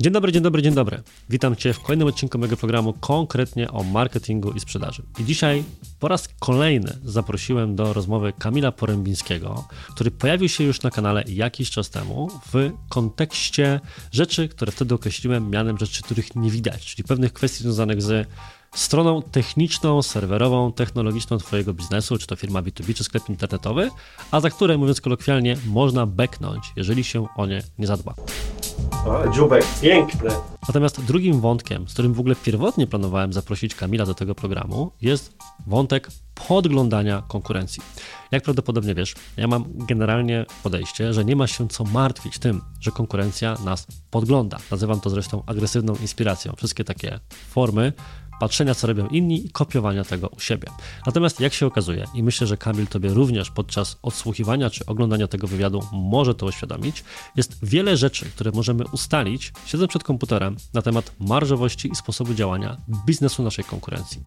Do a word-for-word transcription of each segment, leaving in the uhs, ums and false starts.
Dzień dobry, dzień dobry, dzień dobry. Witam Cię w kolejnym odcinku mojego programu konkretnie o marketingu i sprzedaży. I dzisiaj po raz kolejny zaprosiłem do rozmowy Kamila Porębińskiego, który pojawił się już na kanale jakiś czas temu w kontekście rzeczy, które wtedy określiłem mianem rzeczy, których nie widać, czyli pewnych kwestii związanych z stroną techniczną, serwerową, technologiczną Twojego biznesu, czy to firma B dwa B, czy sklep internetowy, a za które, mówiąc kolokwialnie, można beknąć, jeżeli się o nie nie zadba. O, dziubek, piękny. Natomiast drugim wątkiem, z którym w ogóle pierwotnie planowałem zaprosić Kamila do tego programu, jest wątek podglądania konkurencji. Jak prawdopodobnie wiesz, ja mam generalnie podejście, że nie ma się co martwić tym, że konkurencja nas podgląda. Nazywam to zresztą agresywną inspiracją. Wszystkie takie formy patrzenia, co robią inni i kopiowania tego u siebie. Natomiast jak się okazuje, i myślę, że Kamil Tobie również podczas odsłuchiwania czy oglądania tego wywiadu może to uświadomić, jest wiele rzeczy, które możemy ustalić, siedząc przed komputerem, na temat marżowości i sposobu działania biznesu naszej konkurencji.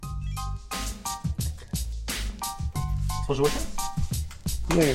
Tworzyło się? Nie.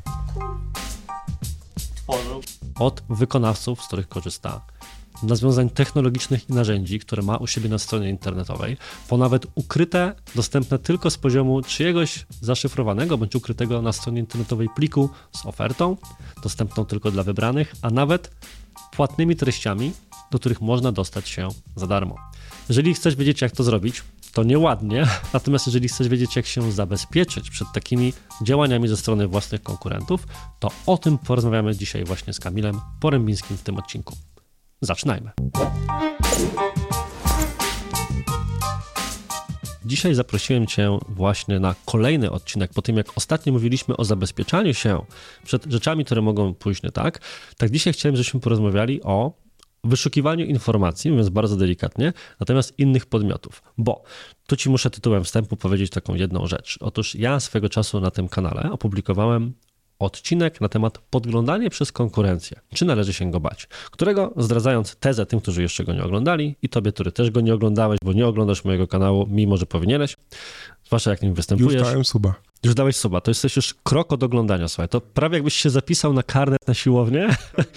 Tworzył. Od wykonawców, z których korzysta, rozwiązań technologicznych i narzędzi, które ma u siebie na stronie internetowej, po nawet ukryte, dostępne tylko z poziomu czyjegoś zaszyfrowanego bądź ukrytego na stronie internetowej pliku z ofertą, dostępną tylko dla wybranych, a nawet płatnymi treściami, do których można dostać się za darmo. Jeżeli chcesz wiedzieć, jak to zrobić, to nieładnie, natomiast jeżeli chcesz wiedzieć, jak się zabezpieczyć przed takimi działaniami ze strony własnych konkurentów, to o tym porozmawiamy dzisiaj właśnie z Kamilem Porębińskim w tym odcinku. Zaczynajmy. Dzisiaj zaprosiłem Cię właśnie na kolejny odcinek. Po tym, jak ostatnio mówiliśmy o zabezpieczaniu się przed rzeczami, które mogą pójść nie tak, tak dzisiaj chciałem, żebyśmy porozmawiali o wyszukiwaniu informacji, mówiąc bardzo delikatnie, natomiast innych podmiotów. Bo tu Ci muszę tytułem wstępu powiedzieć taką jedną rzecz. Otóż ja swego czasu na tym kanale opublikowałem odcinek na temat podglądania przez konkurencję. Czy należy się go bać? Którego, zdradzając tezę tym, którzy jeszcze go nie oglądali i tobie, który też go nie oglądałeś, bo nie oglądasz mojego kanału, mimo że powinieneś, zwłaszcza jak nim występujesz. Już dałem suba. Już dałeś suba. To jesteś już krok od oglądania, słuchaj. To prawie jakbyś się zapisał na karnet na siłownię.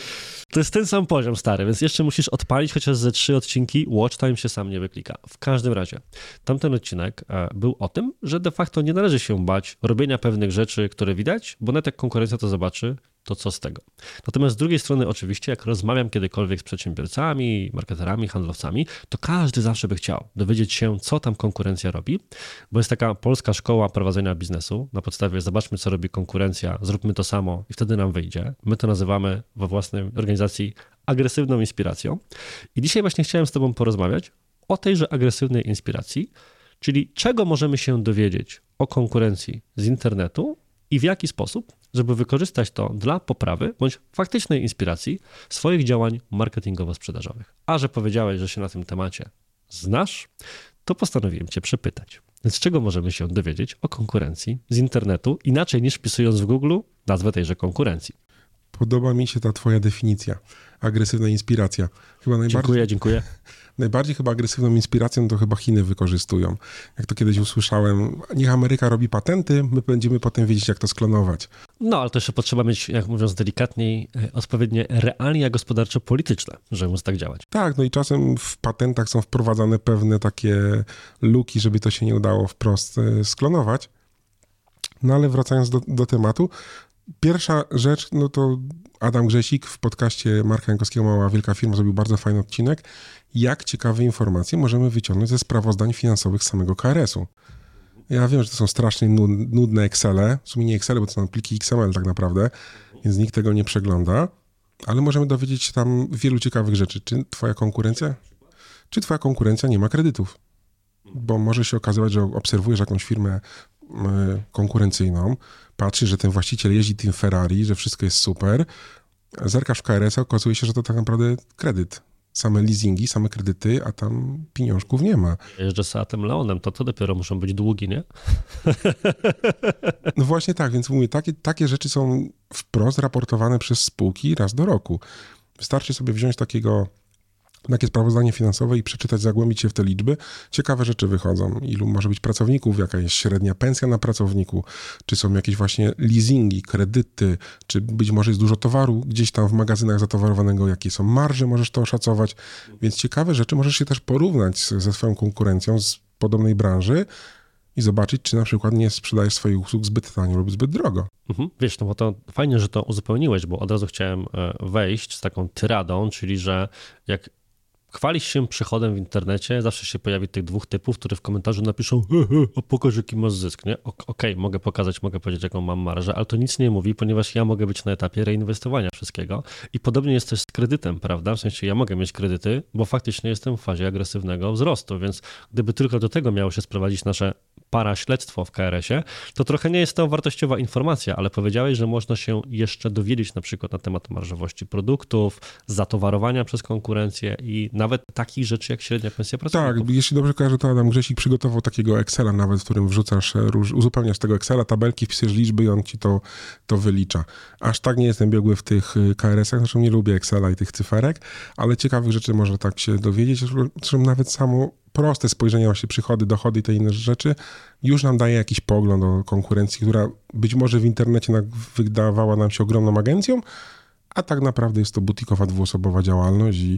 To jest ten sam poziom, stary, więc jeszcze musisz odpalić chociaż ze trzy odcinki, watch time się sam nie wyklika. W każdym razie, tamten odcinek był o tym, że de facto nie należy się bać robienia pewnych rzeczy, które widać, bo nawet jak konkurencja to zobaczy, to co z tego. Natomiast z drugiej strony oczywiście, jak rozmawiam kiedykolwiek z przedsiębiorcami, marketerami, handlowcami, to każdy zawsze by chciał dowiedzieć się, co tam konkurencja robi, bo jest taka polska szkoła prowadzenia biznesu na podstawie zobaczmy, co robi konkurencja, zróbmy to samo i wtedy nam wyjdzie. My to nazywamy we własnej organizacji agresywną inspiracją. I dzisiaj właśnie chciałem z Tobą porozmawiać o tejże agresywnej inspiracji, czyli czego możemy się dowiedzieć o konkurencji z internetu i w jaki sposób, żeby wykorzystać to dla poprawy bądź faktycznej inspiracji swoich działań marketingowo-sprzedażowych. A że powiedziałeś, że się na tym temacie znasz, to postanowiłem Cię przepytać. Więc czego możemy się dowiedzieć o konkurencji z internetu, inaczej niż wpisując w Google nazwę tejże konkurencji? Podoba mi się ta twoja definicja. Agresywna inspiracja. Chyba najbardziej, Dziękuję, dziękuję. Najbardziej chyba agresywną inspiracją to chyba Chiny wykorzystują. Jak to kiedyś usłyszałem, niech Ameryka robi patenty, my będziemy potem wiedzieć, jak to sklonować. No, ale to jeszcze potrzeba mieć, jak mówiąc delikatniej, odpowiednie realia gospodarczo-polityczne, żeby móc tak działać. Tak, no i czasem w patentach są wprowadzane pewne takie luki, żeby to się nie udało wprost sklonować. No ale wracając do, do tematu, pierwsza rzecz, no to Adam Grzesik w podcaście Marka Jankowskiego Mała Wielka Firma zrobił bardzo fajny odcinek, jak ciekawe informacje możemy wyciągnąć ze sprawozdań finansowych samego K R S-u. Ja wiem, że to są strasznie nudne Excele, w sumie nie Excele, bo to są pliki X M L tak naprawdę, więc nikt tego nie przegląda, ale możemy dowiedzieć się tam wielu ciekawych rzeczy. Czy twoja konkurencja, czy twoja konkurencja nie ma kredytów? Bo może się okazywać, że obserwujesz jakąś firmę konkurencyjną, patrzysz, że ten właściciel jeździ tym Ferrari, że wszystko jest super, zerkasz w K R S, okazuje się, że to tak naprawdę kredyt. Same leasingi, same kredyty, a tam pieniążków nie ma. Jeżdżę Seatem Leonem, to to dopiero muszą być długi, nie? No właśnie tak, więc mówię, takie, takie rzeczy są wprost raportowane przez spółki raz do roku. Wystarczy sobie wziąć takiego takie sprawozdanie finansowe i przeczytać, zagłębić się w te liczby. Ciekawe rzeczy wychodzą. Ilu może być pracowników, jaka jest średnia pensja na pracowniku, czy są jakieś właśnie leasingi, kredyty, czy być może jest dużo towaru gdzieś tam w magazynach zatowarowanego, jakie są marże, możesz to oszacować. Więc ciekawe rzeczy możesz się też porównać ze swoją konkurencją z podobnej branży i zobaczyć, czy na przykład nie sprzedajesz swoich usług zbyt tanio lub zbyt drogo. Mhm. Wiesz, no bo to fajnie, że to uzupełniłeś, bo od razu chciałem wejść z taką tyradą, czyli że jak chwalisz się przychodem w internecie, zawsze się pojawi tych dwóch typów, które w komentarzu napiszą he, he, a pokaż jaki masz zysk, nie? Okej, okay, mogę pokazać, mogę powiedzieć jaką mam marżę, ale to nic nie mówi, ponieważ ja mogę być na etapie reinwestowania wszystkiego i podobnie jest też z kredytem, prawda? W sensie ja mogę mieć kredyty, bo faktycznie jestem w fazie agresywnego wzrostu, więc gdyby tylko do tego miało się sprowadzić nasze paraśledztwo w K R S-ie, to trochę nie jest to wartościowa informacja, ale powiedziałeś, że można się jeszcze dowiedzieć na przykład na temat marżowości produktów, zatowarowania przez konkurencję i nawet takich rzeczy jak średnia pensja pracowników. Tak, jeśli dobrze kojarzę, to Adam Grzesik przygotował takiego Excela nawet, w którym wrzucasz, uzupełniasz tego Excela, tabelki, wpisujesz liczby i on ci to, to wylicza. Aż tak nie jestem biegły w tych K R S-ach, zresztą nie lubię Excela i tych cyferek, ale ciekawych rzeczy można tak się dowiedzieć, zresztą nawet samo proste spojrzenie właśnie przychody, dochody i te inne rzeczy już nam daje jakiś pogląd o konkurencji, która być może w internecie wydawała nam się ogromną agencją, a tak naprawdę jest to butikowa, dwuosobowa działalność i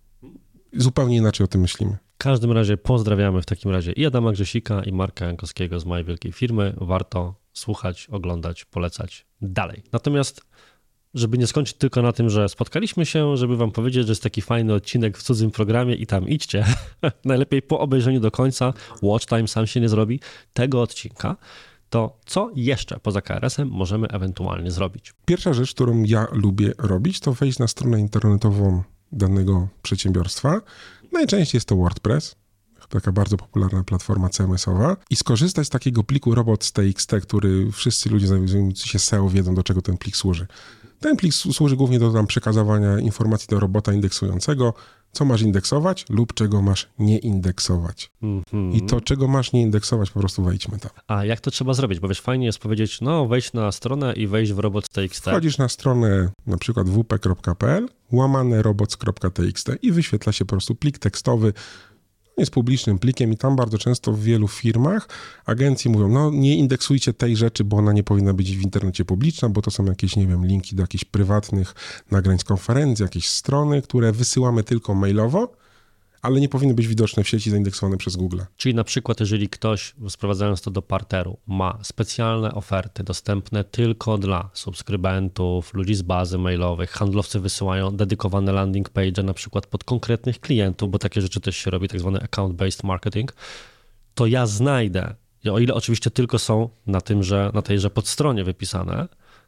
zupełnie inaczej o tym myślimy. W każdym razie pozdrawiamy w takim razie i Adama Grzesika, i Marka Jankowskiego z mojej wielkiej firmy. Warto słuchać, oglądać, polecać dalej. Natomiast żeby nie skończyć tylko na tym, że spotkaliśmy się, żeby wam powiedzieć, że jest taki fajny odcinek w cudzym programie i tam idźcie. Najlepiej po obejrzeniu do końca, watch time sam się nie zrobi, tego odcinka, to co jeszcze poza K R S-em możemy ewentualnie zrobić? Pierwsza rzecz, którą ja lubię robić, to wejść na stronę internetową danego przedsiębiorstwa. Najczęściej jest to WordPress, taka bardzo popularna platforma C M S-owa i skorzystać z takiego pliku robots.txt, który wszyscy ludzie zajmujący się S E O wiedzą, do czego ten plik służy. Ten plik służy głównie do tam przekazywania informacji do robota indeksującego, co masz indeksować lub czego masz nie indeksować. Mm-hmm. I to, czego masz nie indeksować, po prostu wejdźmy tam. A jak to trzeba zrobić? Bo wiesz, fajnie jest powiedzieć, no wejdź na stronę i wejść w robots.txt. Wchodzisz na stronę na przykład w p kropka p l, łamane robots kropka t x t i wyświetla się po prostu plik tekstowy, jest publicznym plikiem i tam bardzo często w wielu firmach agencje mówią, no nie indeksujcie tej rzeczy, bo ona nie powinna być w internecie publiczna, bo to są jakieś, nie wiem, linki do jakichś prywatnych nagrań z konferencji, jakieś strony, które wysyłamy tylko mailowo, ale nie powinny być widoczne w sieci, zaindeksowane przez Google. Czyli na przykład, jeżeli ktoś, sprowadzając to do parteru, ma specjalne oferty dostępne tylko dla subskrybentów, ludzi z bazy mailowych, handlowcy wysyłają dedykowane landing page na przykład pod konkretnych klientów, bo takie rzeczy też się robi, tak zwany account-based marketing, to ja znajdę, o ile oczywiście tylko są na tymże, na tejże podstronie wypisane,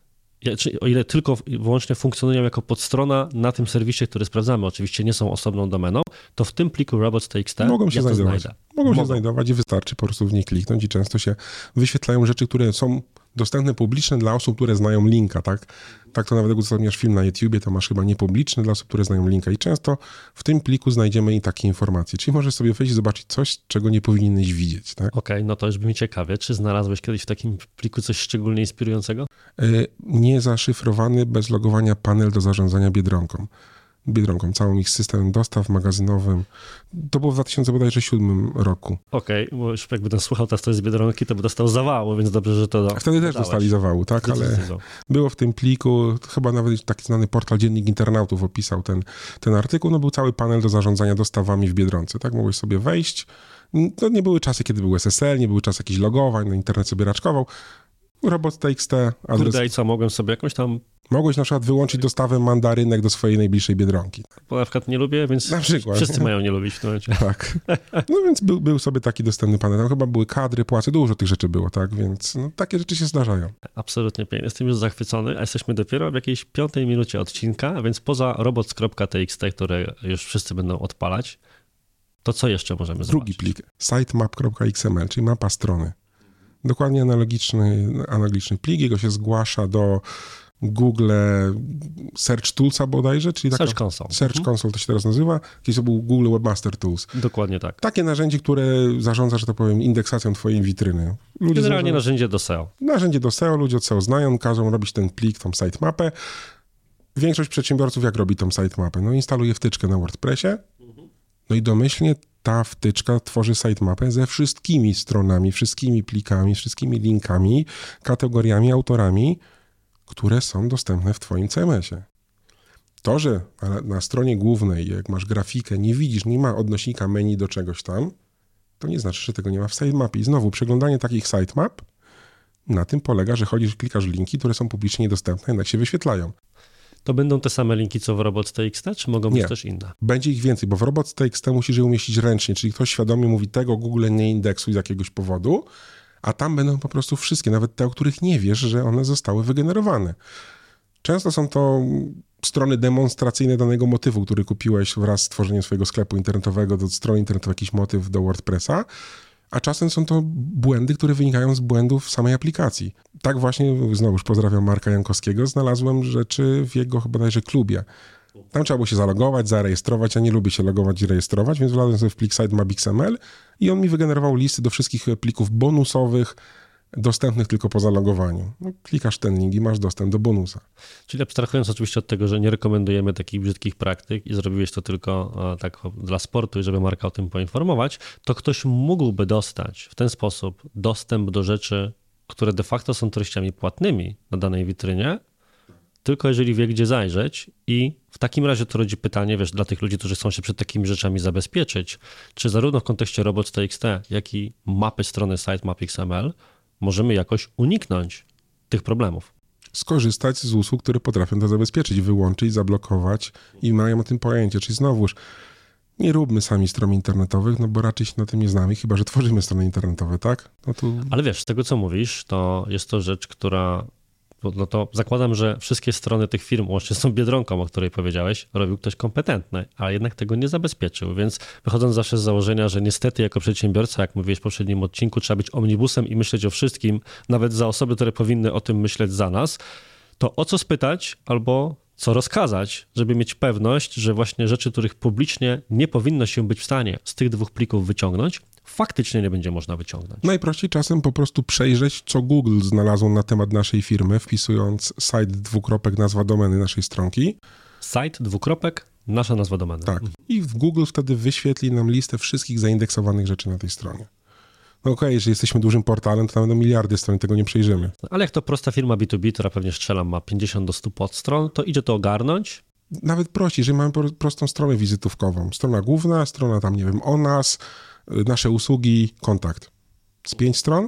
o ile tylko i wyłącznie funkcjonują jako podstrona na tym serwisie, który sprawdzamy, oczywiście nie są osobną domeną, to w tym pliku robots.txt mogą się ja to znajdować. znajdę. Mogą, Mogą się znajdować i wystarczy po prostu w nie kliknąć i często się wyświetlają rzeczy, które są dostępne publiczne dla osób, które znają linka, tak? Tak to nawet jak udostępniasz film na YouTubie, to masz chyba niepubliczny dla osób, które znają linka i często w tym pliku znajdziemy i takie informacje. Czyli możesz sobie wejść i zobaczyć coś, czego nie powinieneś widzieć, tak? Okej, okay, no to już brzmi ciekawie. Czy znalazłeś kiedyś w takim pliku coś szczególnie inspirującego? Yy, niezaszyfrowany, bez logowania panel do zarządzania Biedronką. Biedronką, całym ich systemem dostaw magazynowym. To było w dwa tysiące siódmym roku. Okej, okay, bo już jakby ten słuchał teraz to z Biedronki, to by dostał zawału, więc dobrze, że to... A wtedy też dodałeś. Dostali zawału, tak, ale było w tym pliku, chyba nawet taki znany portal Dziennik Internautów opisał ten, ten artykuł, no był cały panel do zarządzania dostawami w Biedronce, tak, mogłeś sobie wejść. To nie były czasy, kiedy był S S L, nie były czasy jakichś logowań, no internet sobie raczkował. Robot.txt, adres... Kurde, i co, mogłem sobie jakąś tam... Mogłeś na przykład wyłączyć dostawę mandarynek do swojej najbliższej Biedronki. Bo na przykład nie lubię, więc na przykład. Wszyscy mają nie lubić w tym momencie. Tak. No więc był, był sobie taki dostępny panel. Tam chyba były kadry, płace, dużo tych rzeczy było, tak? Więc no, takie rzeczy się zdarzają. Absolutnie pięknie. Jestem już zachwycony, a jesteśmy dopiero w jakiejś piątej minucie odcinka, a więc poza robots kropka t x t, które już wszyscy będą odpalać, to co jeszcze możemy Drugi zobaczyć? Drugi plik, sitemap kropka x m l, czyli mapa strony. Dokładnie analogiczny, analogiczny plik, jego się zgłasza do Google Search Toolsa bodajże, czyli taka... Search Console. Search mhm. Console to się teraz nazywa, kiedyś to był Google Webmaster Tools. Dokładnie tak. Takie narzędzie, które zarządza, że tak powiem, indeksacją twojej witryny. Ludzie Generalnie znają... narzędzie do S E O. Narzędzie do S E O, ludzie od S E O znają, każą robić ten plik, tą sitemapę. Większość przedsiębiorców jak robi tą sitemapę? No instaluje wtyczkę na WordPressie, No i domyślnie ta wtyczka tworzy sitemapę ze wszystkimi stronami, wszystkimi plikami, wszystkimi linkami, kategoriami, autorami, które są dostępne w twoim C M S-ie. To, że na, na stronie głównej, jak masz grafikę, nie widzisz, nie ma odnośnika menu do czegoś tam, to nie znaczy, że tego nie ma w sitemapie. I znowu, przeglądanie takich sitemap na tym polega, że chodzisz, klikasz linki, które są publicznie dostępne, jednak się wyświetlają. To będą te same linki, co w robots.txt, czy mogą być nie. też inne? Będzie ich więcej, bo w robots.txt musisz je umieścić ręcznie, czyli ktoś świadomie mówi, tego Google nie indeksuj z jakiegoś powodu, a tam będą po prostu wszystkie, nawet te, o których nie wiesz, że one zostały wygenerowane. Często są to strony demonstracyjne danego motywu, który kupiłeś wraz z tworzeniem swojego sklepu internetowego do strony internetowej, jakiś motyw do WordPressa, a czasem są to błędy, które wynikają z błędów samej aplikacji. Tak właśnie, znowuż pozdrawiam Marka Jankowskiego, znalazłem rzeczy w jego chyba bodajże klubie. Tam trzeba było się zalogować, zarejestrować, ja nie lubię się logować i rejestrować, więc wlazłem sobie w plik sitemap.xml i on mi wygenerował listy do wszystkich plików bonusowych, dostępnych tylko po zalogowaniu. No, klikasz ten link i masz dostęp do bonusa. Czyli abstrahując oczywiście od tego, że nie rekomendujemy takich brzydkich praktyk i zrobiłeś to tylko e, tak dla sportu i żeby Marka o tym poinformować, to ktoś mógłby dostać w ten sposób dostęp do rzeczy, które de facto są treściami płatnymi na danej witrynie, tylko jeżeli wie, gdzie zajrzeć i w takim razie to rodzi pytanie, wiesz, dla tych ludzi, którzy chcą się przed takimi rzeczami zabezpieczyć, czy zarówno w kontekście robots.txt, jak i mapy strony sitemap.xml możemy jakoś uniknąć tych problemów. Skorzystać z usług, które potrafią to zabezpieczyć, wyłączyć, zablokować i mają o tym pojęcie. Czyli znowuż nie róbmy sami stron internetowych, no bo raczej się na tym nie znamy, chyba że tworzymy strony internetowe, tak? No to... Ale wiesz, z tego co mówisz, to jest to rzecz, która... No to zakładam, że wszystkie strony tych firm, łącznie z tą Biedronką, o której powiedziałeś, robił ktoś kompetentny, ale jednak tego nie zabezpieczył, więc wychodząc zawsze z założenia, że niestety jako przedsiębiorca, jak mówiłeś w poprzednim odcinku, trzeba być omnibusem i myśleć o wszystkim, nawet za osoby, które powinny o tym myśleć za nas, to o co spytać albo co rozkazać, żeby mieć pewność, że właśnie rzeczy, których publicznie nie powinno się być w stanie z tych dwóch plików wyciągnąć, faktycznie nie będzie można wyciągnąć. Najprościej czasem po prostu przejrzeć, co Google znalazł na temat naszej firmy, wpisując site dwukropek nazwa domeny naszej stronki. Site dwukropek, nasza nazwa domeny. Tak. I w Google wtedy wyświetli nam listę wszystkich zaindeksowanych rzeczy na tej stronie. No okej, okay, jeżeli jesteśmy dużym portalem, to tam będą miliardy stron, tego nie przejrzymy. Ale jak to prosta firma B dwa B, która pewnie strzelam ma pięćdziesiąt do stu podstron, to idzie to ogarnąć. Nawet prościej, jeżeli mamy prostą stronę wizytówkową. Strona główna, strona tam, nie wiem, o nas, nasze usługi, kontakt. Z pięć stron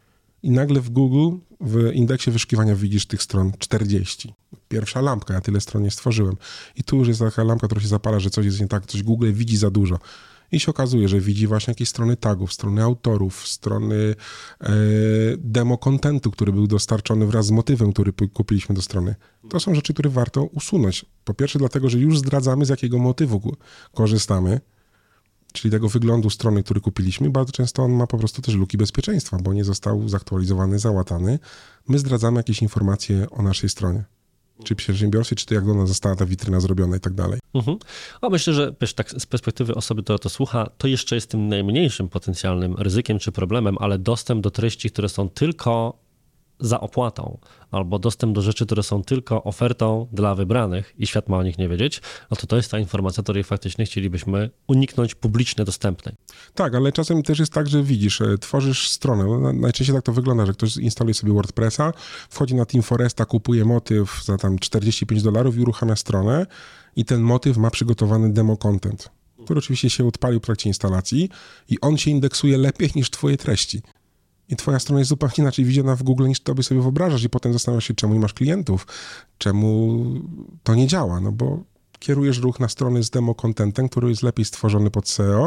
i nagle w Google w indeksie wyszukiwania widzisz tych stron czterdzieści. Pierwsza lampka, ja tyle stron nie stworzyłem. I tu już jest taka lampka, która się zapala, że coś jest nie tak, coś Google widzi za dużo. I się okazuje, że widzi właśnie jakieś strony tagów, strony autorów, strony e, demo kontentu, który był dostarczony wraz z motywem, który kupiliśmy do strony. To są rzeczy, które warto usunąć. Po pierwsze dlatego, że już zdradzamy, z jakiego motywu korzystamy, czyli tego wyglądu strony, który kupiliśmy. Bardzo często on ma po prostu też luki bezpieczeństwa, bo nie został zaktualizowany, załatany. My zdradzamy jakieś informacje o naszej stronie. Czy przedsiębiorstwie, czy to jak ona została ta witryna zrobiona i tak dalej. Mhm. A myślę, że wiesz, tak z perspektywy osoby, która to słucha, to jeszcze jest tym najmniejszym potencjalnym ryzykiem czy problemem, ale dostęp do treści, które są tylko za opłatą, albo dostęp do rzeczy, które są tylko ofertą dla wybranych i świat ma o nich nie wiedzieć, no to to jest ta informacja, której faktycznie chcielibyśmy uniknąć publicznie dostępnej. Tak, ale czasem też jest tak, że widzisz, tworzysz stronę, najczęściej tak to wygląda, że ktoś instaluje sobie WordPressa, wchodzi na Team Foresta, kupuje motyw za tam czterdzieści pięć dolarów i uruchamia stronę i ten motyw ma przygotowany demo content, który oczywiście się odpalił w trakcie instalacji i on się indeksuje lepiej niż twoje treści. I twoja strona jest zupełnie inaczej widziana w Google niż tobie sobie wyobrażasz i potem zastanawiasz się, czemu nie masz klientów, czemu to nie działa, no bo kierujesz ruch na strony z demo contentem, który jest lepiej stworzony pod S E O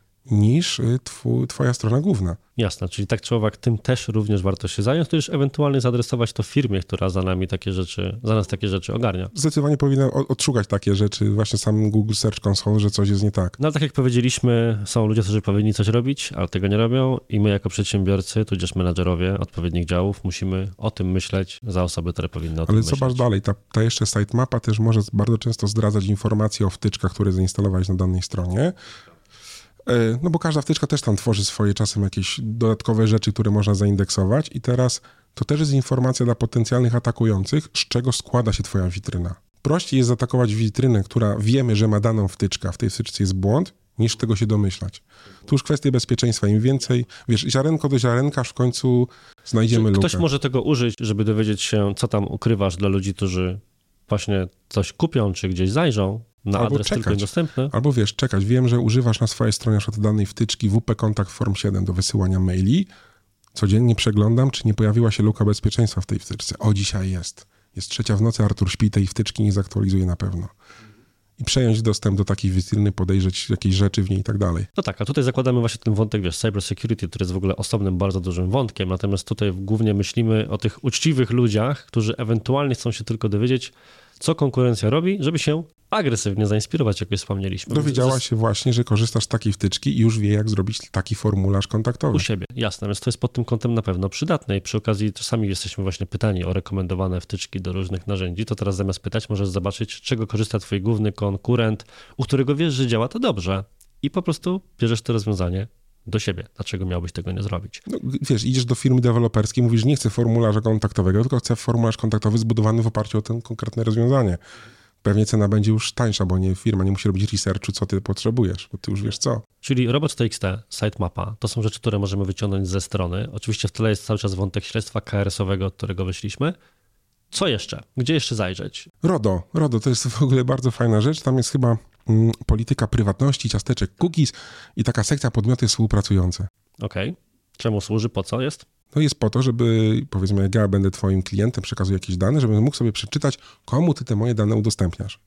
niż twój, twoja strona główna. Jasne, czyli tak czy owak, tym też również warto się zająć, tudzież ewentualnie zaadresować to firmie, która za nami takie rzeczy, za nas takie rzeczy ogarnia. Zdecydowanie powinna odszukać takie rzeczy właśnie sam Google Search Console, że coś jest nie tak. No tak jak powiedzieliśmy, są ludzie, którzy powinni coś robić, ale tego nie robią i my jako przedsiębiorcy, tudzież menadżerowie odpowiednich działów musimy o tym myśleć za osoby, które powinny o tym ale myśleć. Ale zobacz dalej, ta, ta jeszcze sitemapa też może bardzo często zdradzać informacje o wtyczkach, które zainstalowałeś na danej stronie. No bo każda wtyczka też tam tworzy swoje czasem jakieś dodatkowe rzeczy, które można zaindeksować i teraz to też jest informacja dla potencjalnych atakujących, z czego składa się twoja witryna. Prościej jest zaatakować witrynę, która wiemy, że ma daną wtyczkę, a w tej wtyczce jest błąd, niż tego się domyślać. Tu już kwestie bezpieczeństwa. Im więcej, wiesz, ziarenko do ziarenka, w końcu znajdziemy lukę. Ktoś może tego użyć, żeby dowiedzieć się, co tam ukrywasz dla ludzi, którzy właśnie coś kupią, czy gdzieś zajrzą na Albo adres czekać. tylko niedostępny. Albo wiesz, czekać. Wiem, że używasz na swojej stronie od danej wtyczki W P Kontakt Form siedem do wysyłania maili. Codziennie przeglądam, czy nie pojawiła się luka bezpieczeństwa w tej wtyczce. O, dzisiaj jest. Jest trzecia w nocy, Artur śpi, tej wtyczki nie zaktualizuje na pewno. I przejąć dostęp do takiej witryny, podejrzeć jakieś rzeczy w niej i tak dalej. No tak, a tutaj zakładamy właśnie ten wątek, wiesz, cyber security, który jest w ogóle osobnym, bardzo dużym wątkiem, natomiast tutaj głównie myślimy o tych uczciwych ludziach, którzy ewentualnie chcą się tylko dowiedzieć, co konkurencja robi, żeby się agresywnie zainspirować, jak już wspomnieliśmy. Dowiedziała Więc się właśnie, że korzystasz z takiej wtyczki i już wie, jak zrobić taki formularz kontaktowy. u siebie, jasne, więc to jest pod tym kątem na pewno przydatne i przy okazji czasami jesteśmy właśnie pytani o rekomendowane wtyczki do różnych narzędzi, to teraz zamiast pytać możesz zobaczyć, czego korzysta twój główny konkurent, u którego wiesz, że działa to dobrze i po prostu bierzesz to rozwiązanie do siebie. Dlaczego miałbyś tego nie zrobić? No, wiesz, idziesz do firmy deweloperskiej, mówisz, nie chcę formularza kontaktowego, tylko chcę formularz kontaktowy zbudowany w oparciu o to konkretne rozwiązanie. Pewnie cena będzie już tańsza, bo nie, firma nie musi robić researchu, co ty potrzebujesz, bo ty już wiesz co. Czyli Robots.txt, sitemapa, to są rzeczy, które możemy wyciągnąć ze strony. Oczywiście w tle jest cały czas wątek śledztwa K R S-owego, od którego wyszliśmy. Co jeszcze? Gdzie jeszcze zajrzeć? RODO. RODO to jest w ogóle bardzo fajna rzecz. Tam jest chyba mm, polityka prywatności, ciasteczek cookies i taka sekcja podmioty współpracujące. Okej. Okay. Czemu służy? Po co jest? No jest po to, żeby, powiedzmy, jak ja będę twoim klientem, przekazuję jakieś dane, żebym mógł sobie przeczytać, komu ty te moje dane udostępniasz.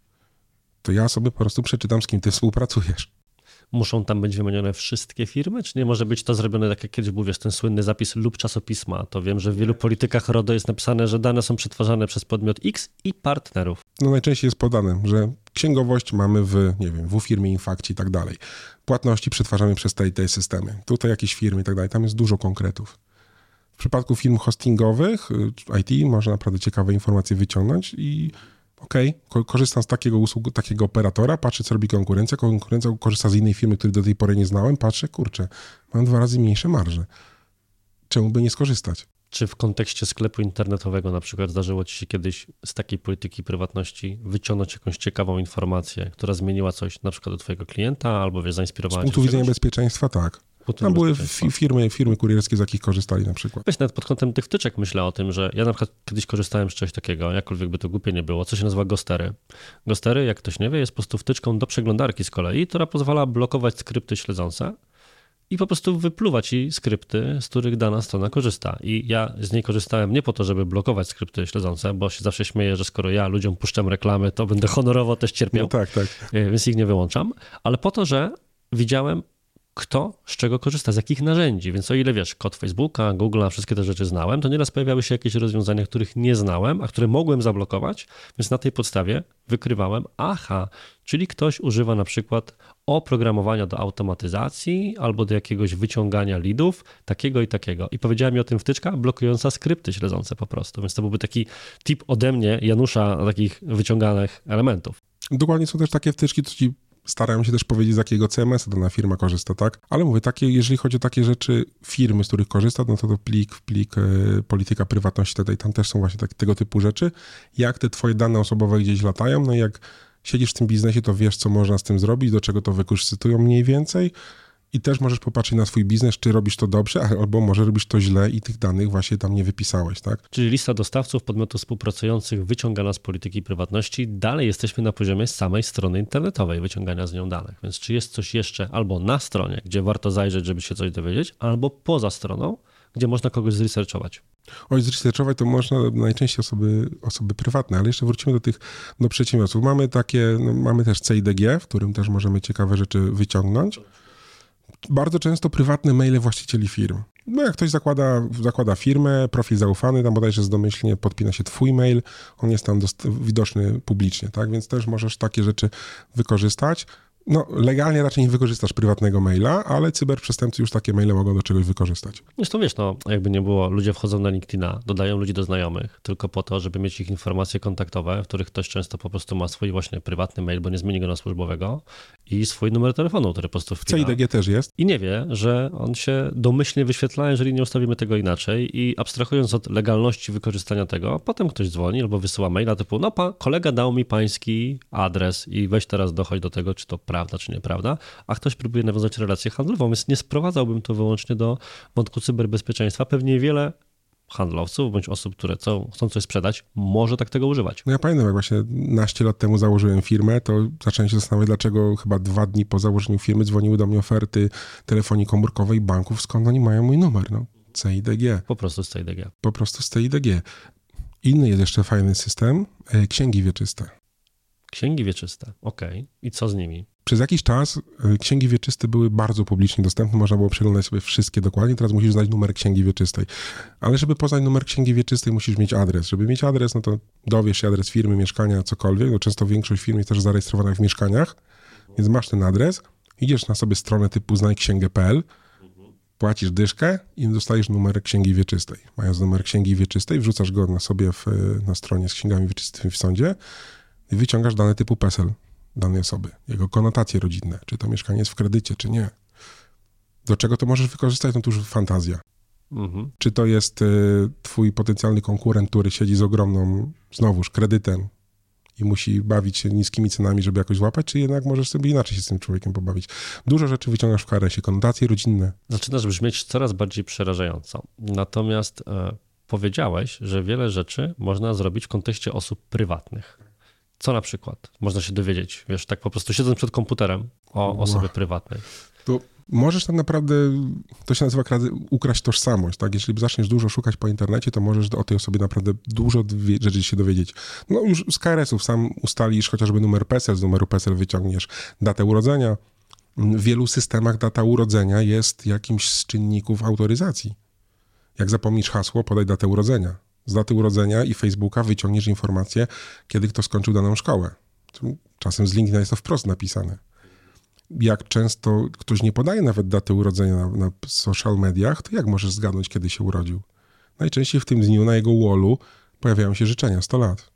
To ja sobie po prostu przeczytam, z kim ty współpracujesz. Muszą tam być wymienione wszystkie firmy, czy nie może być to zrobione tak jak kiedyś był, wiesz, ten słynny zapis lub czasopisma? To wiem, że w wielu politykach RODO jest napisane, że dane są przetwarzane przez podmiot X i partnerów. No najczęściej jest podane, że księgowość mamy w, nie wiem, w firmie Infakcji i tak dalej. Płatności przetwarzamy przez te i te systemy. Tutaj jakieś firmy i tak dalej. Tam jest dużo konkretów. W przypadku firm hostingowych, I T, można naprawdę ciekawe informacje wyciągnąć i okej, okay, korzystam z takiego usługu, takiego operatora, patrzę, co robi konkurencja, konkurencja korzysta z innej firmy, której do tej pory nie znałem, patrzę, kurczę, mam dwa razy mniejsze marże. Czemu by nie skorzystać? Czy w kontekście sklepu internetowego na przykład zdarzyło ci się kiedyś z takiej polityki prywatności wyciągnąć jakąś ciekawą informację, która zmieniła coś na przykład do twojego klienta albo wiesz, zainspirowała Z punktu widzenia bezpieczeństwa, tak. Tam były fi- firmy, firmy kurierskie, z jakich korzystali na przykład. Weź nawet pod kątem tych wtyczek myślę o tym, że ja na przykład kiedyś korzystałem z czegoś takiego, jakkolwiek by to głupie nie było, co się nazywa Ghostery. Ghostery, jak ktoś nie wie, jest po prostu wtyczką do przeglądarki z kolei, która pozwala blokować skrypty śledzące i po prostu wypluwać ci skrypty, z których dana strona korzysta. I ja z niej korzystałem nie po to, żeby blokować skrypty śledzące, bo się zawsze śmieję, że skoro ja ludziom puszczam reklamy, to będę honorowo też cierpiał, No tak, tak. Więc ich nie wyłączam, ale po to, że widziałem, kto z czego korzysta, z jakich narzędzi. Więc o ile wiesz, kod Facebooka, Google'a, wszystkie te rzeczy znałem, to nieraz pojawiały się jakieś rozwiązania, których nie znałem, a które mogłem zablokować, więc na tej podstawie wykrywałem, aha, czyli ktoś używa na przykład oprogramowania do automatyzacji albo do jakiegoś wyciągania leadów, takiego i takiego. I powiedziała mi o tym wtyczka blokująca skrypty śledzące po prostu. Więc to byłby taki tip ode mnie, Janusza, takich wyciąganych elementów. Dokładnie są też takie wtyczki, co ci starają się też powiedzieć, z jakiego C M S-a dana firma korzysta, tak? Ale mówię, takie, jeżeli chodzi o takie rzeczy firmy, z których korzysta, no to to plik, plik, e, polityka prywatności, tutaj, tam też są właśnie tak, tego typu rzeczy. Jak te twoje dane osobowe gdzieś latają, no i jak siedzisz w tym biznesie, to wiesz, co można z tym zrobić, do czego to wykorzystują mniej więcej i też możesz popatrzeć na swój biznes, czy robisz to dobrze, albo może robisz to źle i tych danych właśnie tam nie wypisałeś, tak? Czyli lista dostawców, podmiotów współpracujących wyciągana z polityki prywatności. Dalej jesteśmy na poziomie samej strony internetowej wyciągania z nią danych. Więc czy jest coś jeszcze albo na stronie, gdzie warto zajrzeć, żeby się coś dowiedzieć, albo poza stroną, gdzie można kogoś zresearchować? Oj, zresearchować to można najczęściej osoby, osoby prywatne, ale jeszcze wrócimy do tych, do przedsiębiorców. Mamy takie, no, mamy też C I D G, w którym też możemy ciekawe rzeczy wyciągnąć. Bardzo często prywatne maile właścicieli firm. No jak ktoś zakłada, zakłada firmę, profil zaufany, tam bodajże zdomyślnie podpina się twój mail, on jest tam dost- widoczny publicznie, tak? Więc też możesz takie rzeczy wykorzystać. No, legalnie raczej nie wykorzystasz prywatnego maila, ale cyberprzestępcy już takie maile mogą do czegoś wykorzystać. Zresztą wiesz, no, jakby nie było, ludzie wchodzą na LinkedIna, dodają ludzi do znajomych, tylko po to, żeby mieć ich informacje kontaktowe, w których ktoś często po prostu ma swój właśnie prywatny mail, bo nie zmieni go na służbowego i swój numer telefonu, który po prostu wpina. C I D G też jest. I nie wie, że on się domyślnie wyświetla, jeżeli nie ustawimy tego inaczej i abstrahując od legalności wykorzystania tego, potem ktoś dzwoni albo wysyła maila typu, no pa, kolega dał mi pański adres i weź teraz dochodź do tego, czy to prawda, prawda czy nieprawda, a ktoś próbuje nawiązać relację handlową, więc nie sprowadzałbym to wyłącznie do wątku cyberbezpieczeństwa. Pewnie wiele handlowców bądź osób, które chcą, chcą coś sprzedać, może tak tego używać. No ja pamiętam, jak właśnie naście lat temu założyłem firmę, to zacząłem się zastanawiać, dlaczego chyba dwa dni po założeniu firmy dzwoniły do mnie oferty telefonii komórkowej banków, skąd oni mają mój numer, no. C I D G. Po prostu z C I D G. Po prostu z C I D G. Inny jest jeszcze fajny system, e, księgi wieczyste. Księgi wieczyste, okej. Okay. I co z nimi? Przez jakiś czas e, księgi wieczyste były bardzo publicznie dostępne, można było przeglądać sobie wszystkie dokładnie, teraz musisz znać numer księgi wieczystej. Ale żeby poznać numer księgi wieczystej, musisz mieć adres. Żeby mieć adres, no to dowiesz się adres firmy, mieszkania, cokolwiek, no często większość firm jest też zarejestrowana w mieszkaniach, więc masz ten adres, idziesz na sobie stronę typu znaj księgę kropka p l, płacisz dyszkę i dostajesz numer księgi wieczystej. Mając numer księgi wieczystej, wrzucasz go na sobie w, na stronie z księgami wieczystymi w sądzie i wyciągasz dane typu PESEL danej osoby, jego konotacje rodzinne, czy to mieszkanie jest w kredycie, czy nie. Do czego to możesz wykorzystać? No to już fantazja. Mhm. Czy to jest y, twój potencjalny konkurent, który siedzi z ogromną, znowuż, kredytem i musi bawić się niskimi cenami, żeby jakoś złapać, czy jednak możesz sobie inaczej się z tym człowiekiem pobawić. Dużo rzeczy wyciągasz w K R S ie, konotacje rodzinne. Zaczynasz brzmieć coraz bardziej przerażająco. Natomiast e, powiedziałeś, że wiele rzeczy można zrobić w kontekście osób prywatnych. Co na przykład można się dowiedzieć, wiesz, tak po prostu siedząc przed komputerem o osobie wow. prywatnej? To możesz tak naprawdę, to się nazywa ukraść tożsamość, tak? Jeśli zaczniesz dużo szukać po internecie, to możesz o tej osobie naprawdę dużo rzeczy się dowiedzieć. No już z K R S ów sam ustalisz chociażby numer PESEL, z numeru PESEL wyciągniesz datę urodzenia. W wielu systemach data urodzenia jest jakimś z czynników autoryzacji. Jak zapomnisz hasło, podaj datę urodzenia. Z daty urodzenia i Facebooka wyciągniesz informację, kiedy kto skończył daną szkołę. Czasem z LinkedIna jest to wprost napisane. Jak często ktoś nie podaje nawet daty urodzenia na, na social mediach, to jak możesz zgadnąć, kiedy się urodził? Najczęściej w tym dniu na jego wallu pojawiają się życzenia sto lat.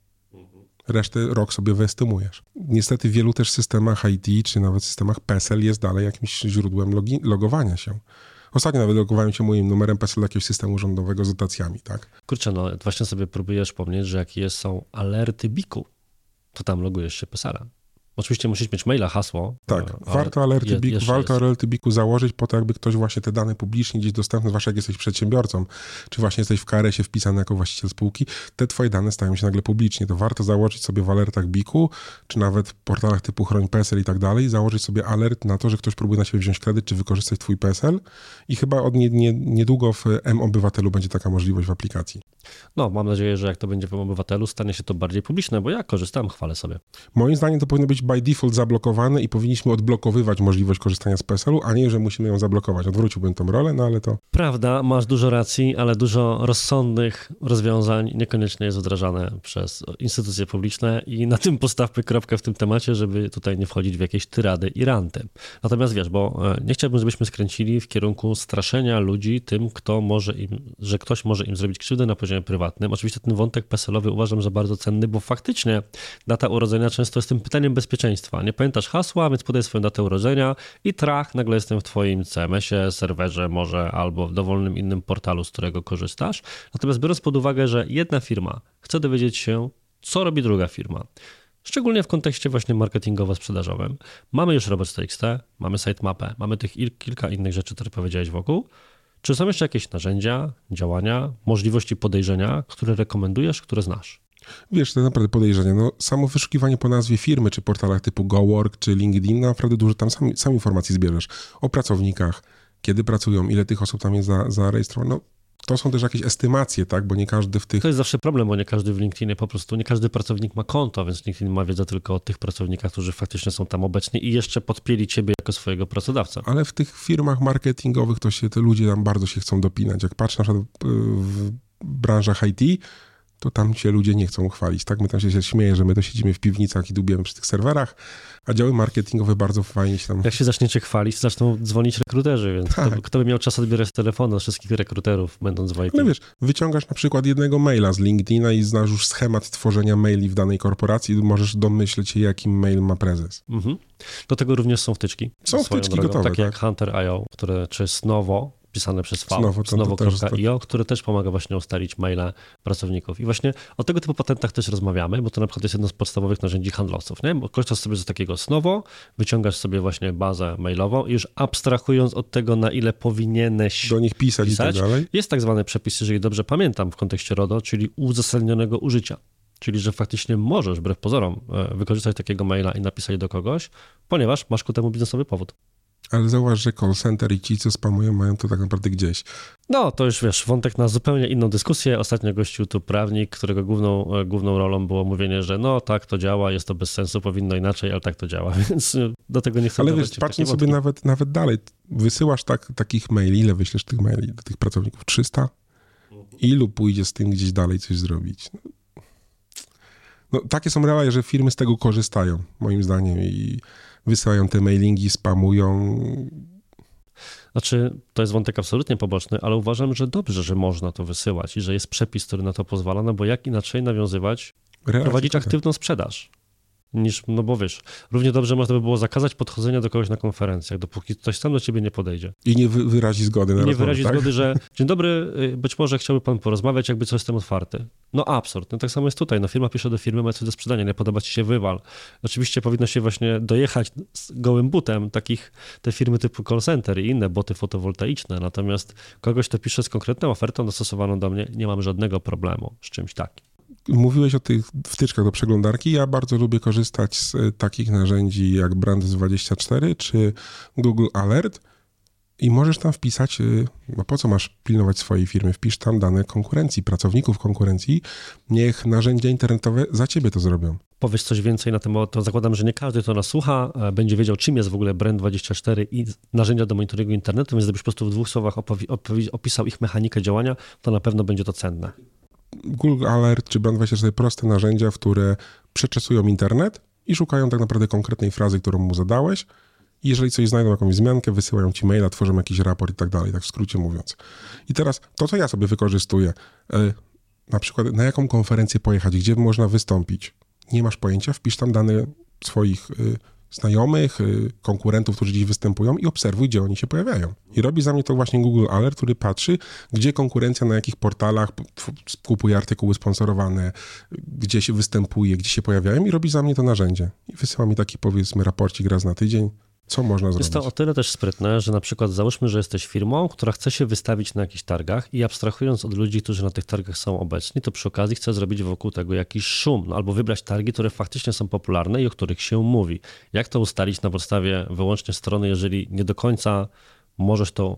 Resztę rok sobie wyestymujesz. Niestety w wielu też systemach I T, czy nawet systemach PESEL jest dalej jakimś źródłem logi- logowania się. Ostatnio nawet logowałem się moim numerem PESEL do jakiegoś systemu urzędowego z dotacjami, tak? Kurczę, no właśnie sobie próbujesz pomnieć, że jakie są alerty biku, to tam logujesz się PESELem. Oczywiście musisz mieć maila, hasło. Tak, warto alerty, je, biku, warto alerty biku założyć po to, jakby ktoś właśnie te dane publicznie gdzieś dostępne, zwłaszcza jak jesteś przedsiębiorcą, czy właśnie jesteś w K R S ie wpisany jako właściciel spółki, te twoje dane stają się nagle publicznie. To warto założyć sobie w alertach biku, czy nawet w portalach typu Chroń PESEL i tak dalej, założyć sobie alert na to, że ktoś próbuje na siebie wziąć kredyt, czy wykorzystać twój PESEL i chyba od nie, nie, niedługo w M-Obywatelu będzie taka możliwość w aplikacji. No, mam nadzieję, że jak to będzie w M-Obywatelu, stanie się to bardziej publiczne, bo ja korzystam, chwalę sobie. Moim zdaniem to powinno być by default zablokowane i powinniśmy odblokowywać możliwość korzystania z PESEL-u, a nie, że musimy ją zablokować. Odwróciłbym tą rolę, no ale to... Prawda, masz dużo racji, ale dużo rozsądnych rozwiązań niekoniecznie jest wdrażane przez instytucje publiczne i na tym postawmy kropkę w tym temacie, żeby tutaj nie wchodzić w jakieś tyrady i ranty. Natomiast wiesz, bo nie chciałbym, żebyśmy skręcili w kierunku straszenia ludzi tym, kto może im, że ktoś może im zrobić krzywdę na poziomie prywatnym. Oczywiście ten wątek PESEL-owy uważam za bardzo cenny, bo faktycznie data urodzenia często jest tym pytaniem bezpieczeństwa. Nie pamiętasz hasła, więc podaj swoją datę urodzenia i trach, nagle jestem w twoim C M S ie, serwerze może albo w dowolnym innym portalu, z którego korzystasz. Natomiast biorąc pod uwagę, że jedna firma chce dowiedzieć się, co robi druga firma, szczególnie w kontekście właśnie marketingowo-sprzedażowym, mamy już Robots.txt, mamy sitemapę, mamy tych il- kilka innych rzeczy, które powiedziałeś wokół. Czy są jeszcze jakieś narzędzia, działania, możliwości podejrzenia, które rekomendujesz, które znasz? Wiesz, to naprawdę podejrzenie. No, samo wyszukiwanie po nazwie firmy, czy portalach typu GoWork, czy LinkedIn, no, naprawdę dużo tam sam, sam informacji zbierzesz. O pracownikach, kiedy pracują, ile tych osób tam jest za, zarejestrowane. No, to są też jakieś estymacje, tak, bo nie każdy w tych... To jest zawsze problem, bo nie każdy w LinkedInie po prostu, nie każdy pracownik ma konto, więc LinkedIn ma wiedzę tylko o tych pracownikach, którzy faktycznie są tam obecni i jeszcze podpięli ciebie jako swojego pracodawcę. Ale w tych firmach marketingowych to się te ludzie tam bardzo się chcą dopinać. Jak patrzę na przykład w branżach I T, to tam się ludzie nie chcą chwalić, tak? My tam się śmieje, że my to siedzimy w piwnicach i dubiemy przy tych serwerach, a działy marketingowe bardzo fajnie się tam... Jak się zaczniecie chwalić, zaczną dzwonić rekruterzy, więc tak. kto, kto by miał czas odbierać telefonu od wszystkich rekruterów, będąc w I T? No wiesz, wyciągasz na przykład jednego maila z LinkedIna i znasz już schemat tworzenia maili w danej korporacji i możesz domyśleć się, jakim mail ma prezes. Mhm. Do tego również są wtyczki. Są wtyczki drogą, gotowe. Takie tak jak Hunter kropka i o, które, czy Snowo, pisane przez V, Znowu, to- to znowu też- kropka i o, które też pomaga właśnie ustalić maile pracowników. I właśnie o tego typu patentach też rozmawiamy, bo to na przykład jest jedno z podstawowych narzędzi handlowców, nie? Bo korzystasz sobie z takiego Snowo, wyciągasz sobie właśnie bazę mailową i już abstrahując od tego, na ile powinieneś Do nich pisać, pisać, i tak dalej. jest tak zwany przepis, jeżeli dobrze pamiętam, w kontekście RODO, czyli uzasadnionego użycia. Czyli, że faktycznie możesz, wbrew pozorom, e, wykorzystać takiego maila i napisać do kogoś, ponieważ masz ku temu biznesowy powód. Ale zauważ, że call center i ci, co spamują, mają to tak naprawdę gdzieś. No, to już wiesz, wątek na zupełnie inną dyskusję. Ostatnio gościł tu prawnik, którego główną, e, główną rolą było mówienie, że no tak to działa, jest to bez sensu, powinno inaczej, ale tak to działa, więc e, do tego nie chcę Ale wdawać wiesz, się w patrząc takie sobie wątki. nawet, nawet dalej, wysyłasz tak, takich maili, ile wyślesz tych maili do tych pracowników? trzysta? Ilu pójdzie z tym gdzieś dalej coś zrobić? No, takie są realia, że firmy z tego korzystają, moim zdaniem, i wysyłają te mailingi, spamują. Znaczy, to jest wątek absolutnie poboczny, ale uważam, że dobrze, że można to wysyłać i że jest przepis, który na to pozwala, no bo jak inaczej nawiązywać, Relacje prowadzić takie. aktywną sprzedaż. Niż, no bo wiesz, równie dobrze można by było zakazać podchodzenia do kogoś na konferencjach, dopóki ktoś sam do ciebie nie podejdzie. I nie wy, wyrazi zgody na I nie rozmowę, wyrazi tak? zgody, że dzień dobry, y, być może chciałby pan porozmawiać, jakby coś jestem otwarty. No absurd. No tak samo jest tutaj. No firma pisze do firmy, ma coś do sprzedania, nie podoba ci się, wywal. Oczywiście powinno się właśnie dojechać z gołym butem, takich te firmy typu call center i inne boty fotowoltaiczne. Natomiast kogoś, kto pisze z konkretną ofertą dostosowaną do mnie, nie mam żadnego problemu z czymś takim. Mówiłeś o tych wtyczkach do przeglądarki. Ja bardzo lubię korzystać z e, takich narzędzi jak Brands dwadzieścia cztery czy Google Alert i możesz tam wpisać, e, no po co masz pilnować swojej firmy? Wpisz tam dane konkurencji, pracowników konkurencji. Niech narzędzia internetowe za ciebie to zrobią. Powiedz coś więcej na temat, to zakładam, że nie każdy, kto nas słucha, e, będzie wiedział, czym jest w ogóle Brand dwadzieścia cztery i narzędzia do monitoringu internetu, więc gdybyś po prostu w dwóch słowach opowi- opowi- opisał ich mechanikę działania, to na pewno będzie to cenne. Google Alert czy Brand dwadzieścia cztery proste narzędzia, które przeczesują internet i szukają tak naprawdę konkretnej frazy, którą mu zadałeś. I jeżeli coś znajdą, jakąś zmiankę, wysyłają ci maila, tworzą jakiś raport i tak dalej, tak w skrócie mówiąc. I teraz to, co ja sobie wykorzystuję, yy, na przykład na jaką konferencję pojechać, gdzie można wystąpić. Nie masz pojęcia, wpisz tam dane swoich yy, znajomych, yy, konkurentów, którzy gdzieś występują i obserwuj, gdzie oni się pojawiają. I robi za mnie to właśnie Google Alert, który patrzy, gdzie konkurencja, na jakich portalach p- kupuje artykuły sponsorowane, gdzie się występuje, gdzie się pojawiają i robi za mnie to narzędzie. I wysyła mi taki, powiedzmy, raporcik raz na tydzień, co można zrobić. Jest to o tyle też sprytne, że na przykład załóżmy, że jesteś firmą, która chce się wystawić na jakichś targach i abstrahując od ludzi, którzy na tych targach są obecni, to przy okazji chce zrobić wokół tego jakiś szum, no, albo wybrać targi, które faktycznie są popularne i o których się mówi. Jak to ustalić na podstawie wyłącznie strony, jeżeli nie do końca możesz to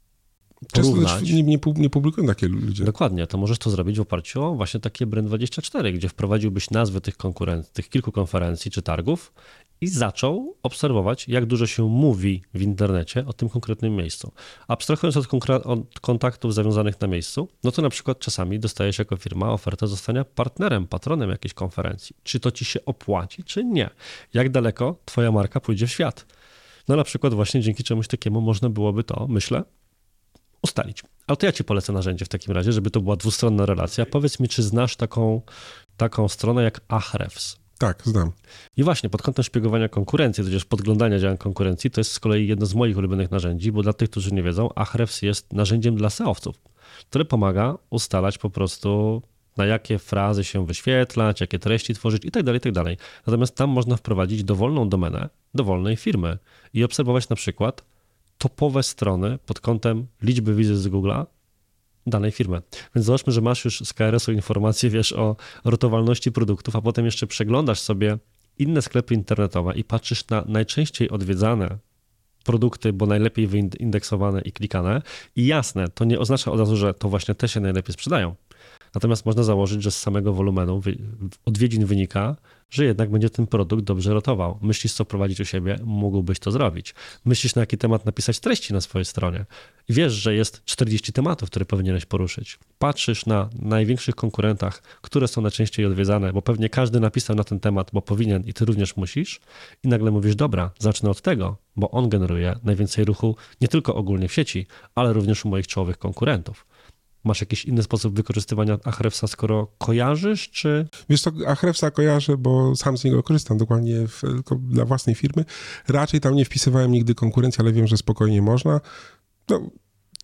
Często porównać? też nie, nie, pu- nie publikują takie ludzie. Dokładnie, to możesz to zrobić w oparciu o właśnie takie Brand dwadzieścia cztery, gdzie wprowadziłbyś nazwy tych konkurencji, tych kilku konferencji czy targów i zaczął obserwować, jak dużo się mówi w internecie o tym konkretnym miejscu. Abstrahując od, konkre- od kontaktów zawiązanych na miejscu, no to na przykład czasami dostajesz jako firma ofertę zostania partnerem, patronem jakiejś konferencji. Czy to ci się opłaci, czy nie? Jak daleko twoja marka pójdzie w świat? No na przykład właśnie dzięki czemuś takiemu można byłoby to, myślę, ustalić. Ale to ja ci polecę narzędzie w takim razie, żeby to była dwustronna relacja. Powiedz mi, czy znasz taką, taką stronę jak Ahrefs? Tak, znam. I właśnie pod kątem szpiegowania konkurencji, tudzież podglądania działań konkurencji, to jest z kolei jedno z moich ulubionych narzędzi, bo dla tych, którzy nie wiedzą, Ahrefs jest narzędziem dla S E O-wców, które pomaga ustalać po prostu, na jakie frazy się wyświetlać, jakie treści tworzyć i tak dalej, i tak dalej. Natomiast tam można wprowadzić dowolną domenę dowolnej firmy i obserwować na przykład topowe strony pod kątem liczby wizyt z Google'a danej firmy. Więc załóżmy, że masz już z K R S-u informacje, wiesz, o rotowalności produktów, a potem jeszcze przeglądasz sobie inne sklepy internetowe i patrzysz na najczęściej odwiedzane produkty, bo najlepiej wyindeksowane i klikane. I jasne, to nie oznacza od razu, że to właśnie te się najlepiej sprzedają. Natomiast można założyć, że z samego wolumenu odwiedzin wynika, że jednak będzie ten produkt dobrze rotował. Myślisz, co prowadzić u siebie, mógłbyś to zrobić. Myślisz, na jaki temat napisać treści na swojej stronie. I wiesz, że jest czterdzieści tematów, które powinieneś poruszyć. Patrzysz na największych konkurentach, które są najczęściej odwiedzane, bo pewnie każdy napisał na ten temat, bo powinien i ty również musisz. I nagle mówisz, dobra, zacznę od tego, bo on generuje najwięcej ruchu nie tylko ogólnie w sieci, ale również u moich czołowych konkurentów. Masz jakiś inny sposób wykorzystywania Ahrefsa, skoro kojarzysz, czy... Wiesz co, Ahrefsa kojarzę, bo sam z niego korzystam dokładnie w, tylko dla własnej firmy. Raczej tam nie wpisywałem nigdy konkurencji, ale wiem, że spokojnie można. No,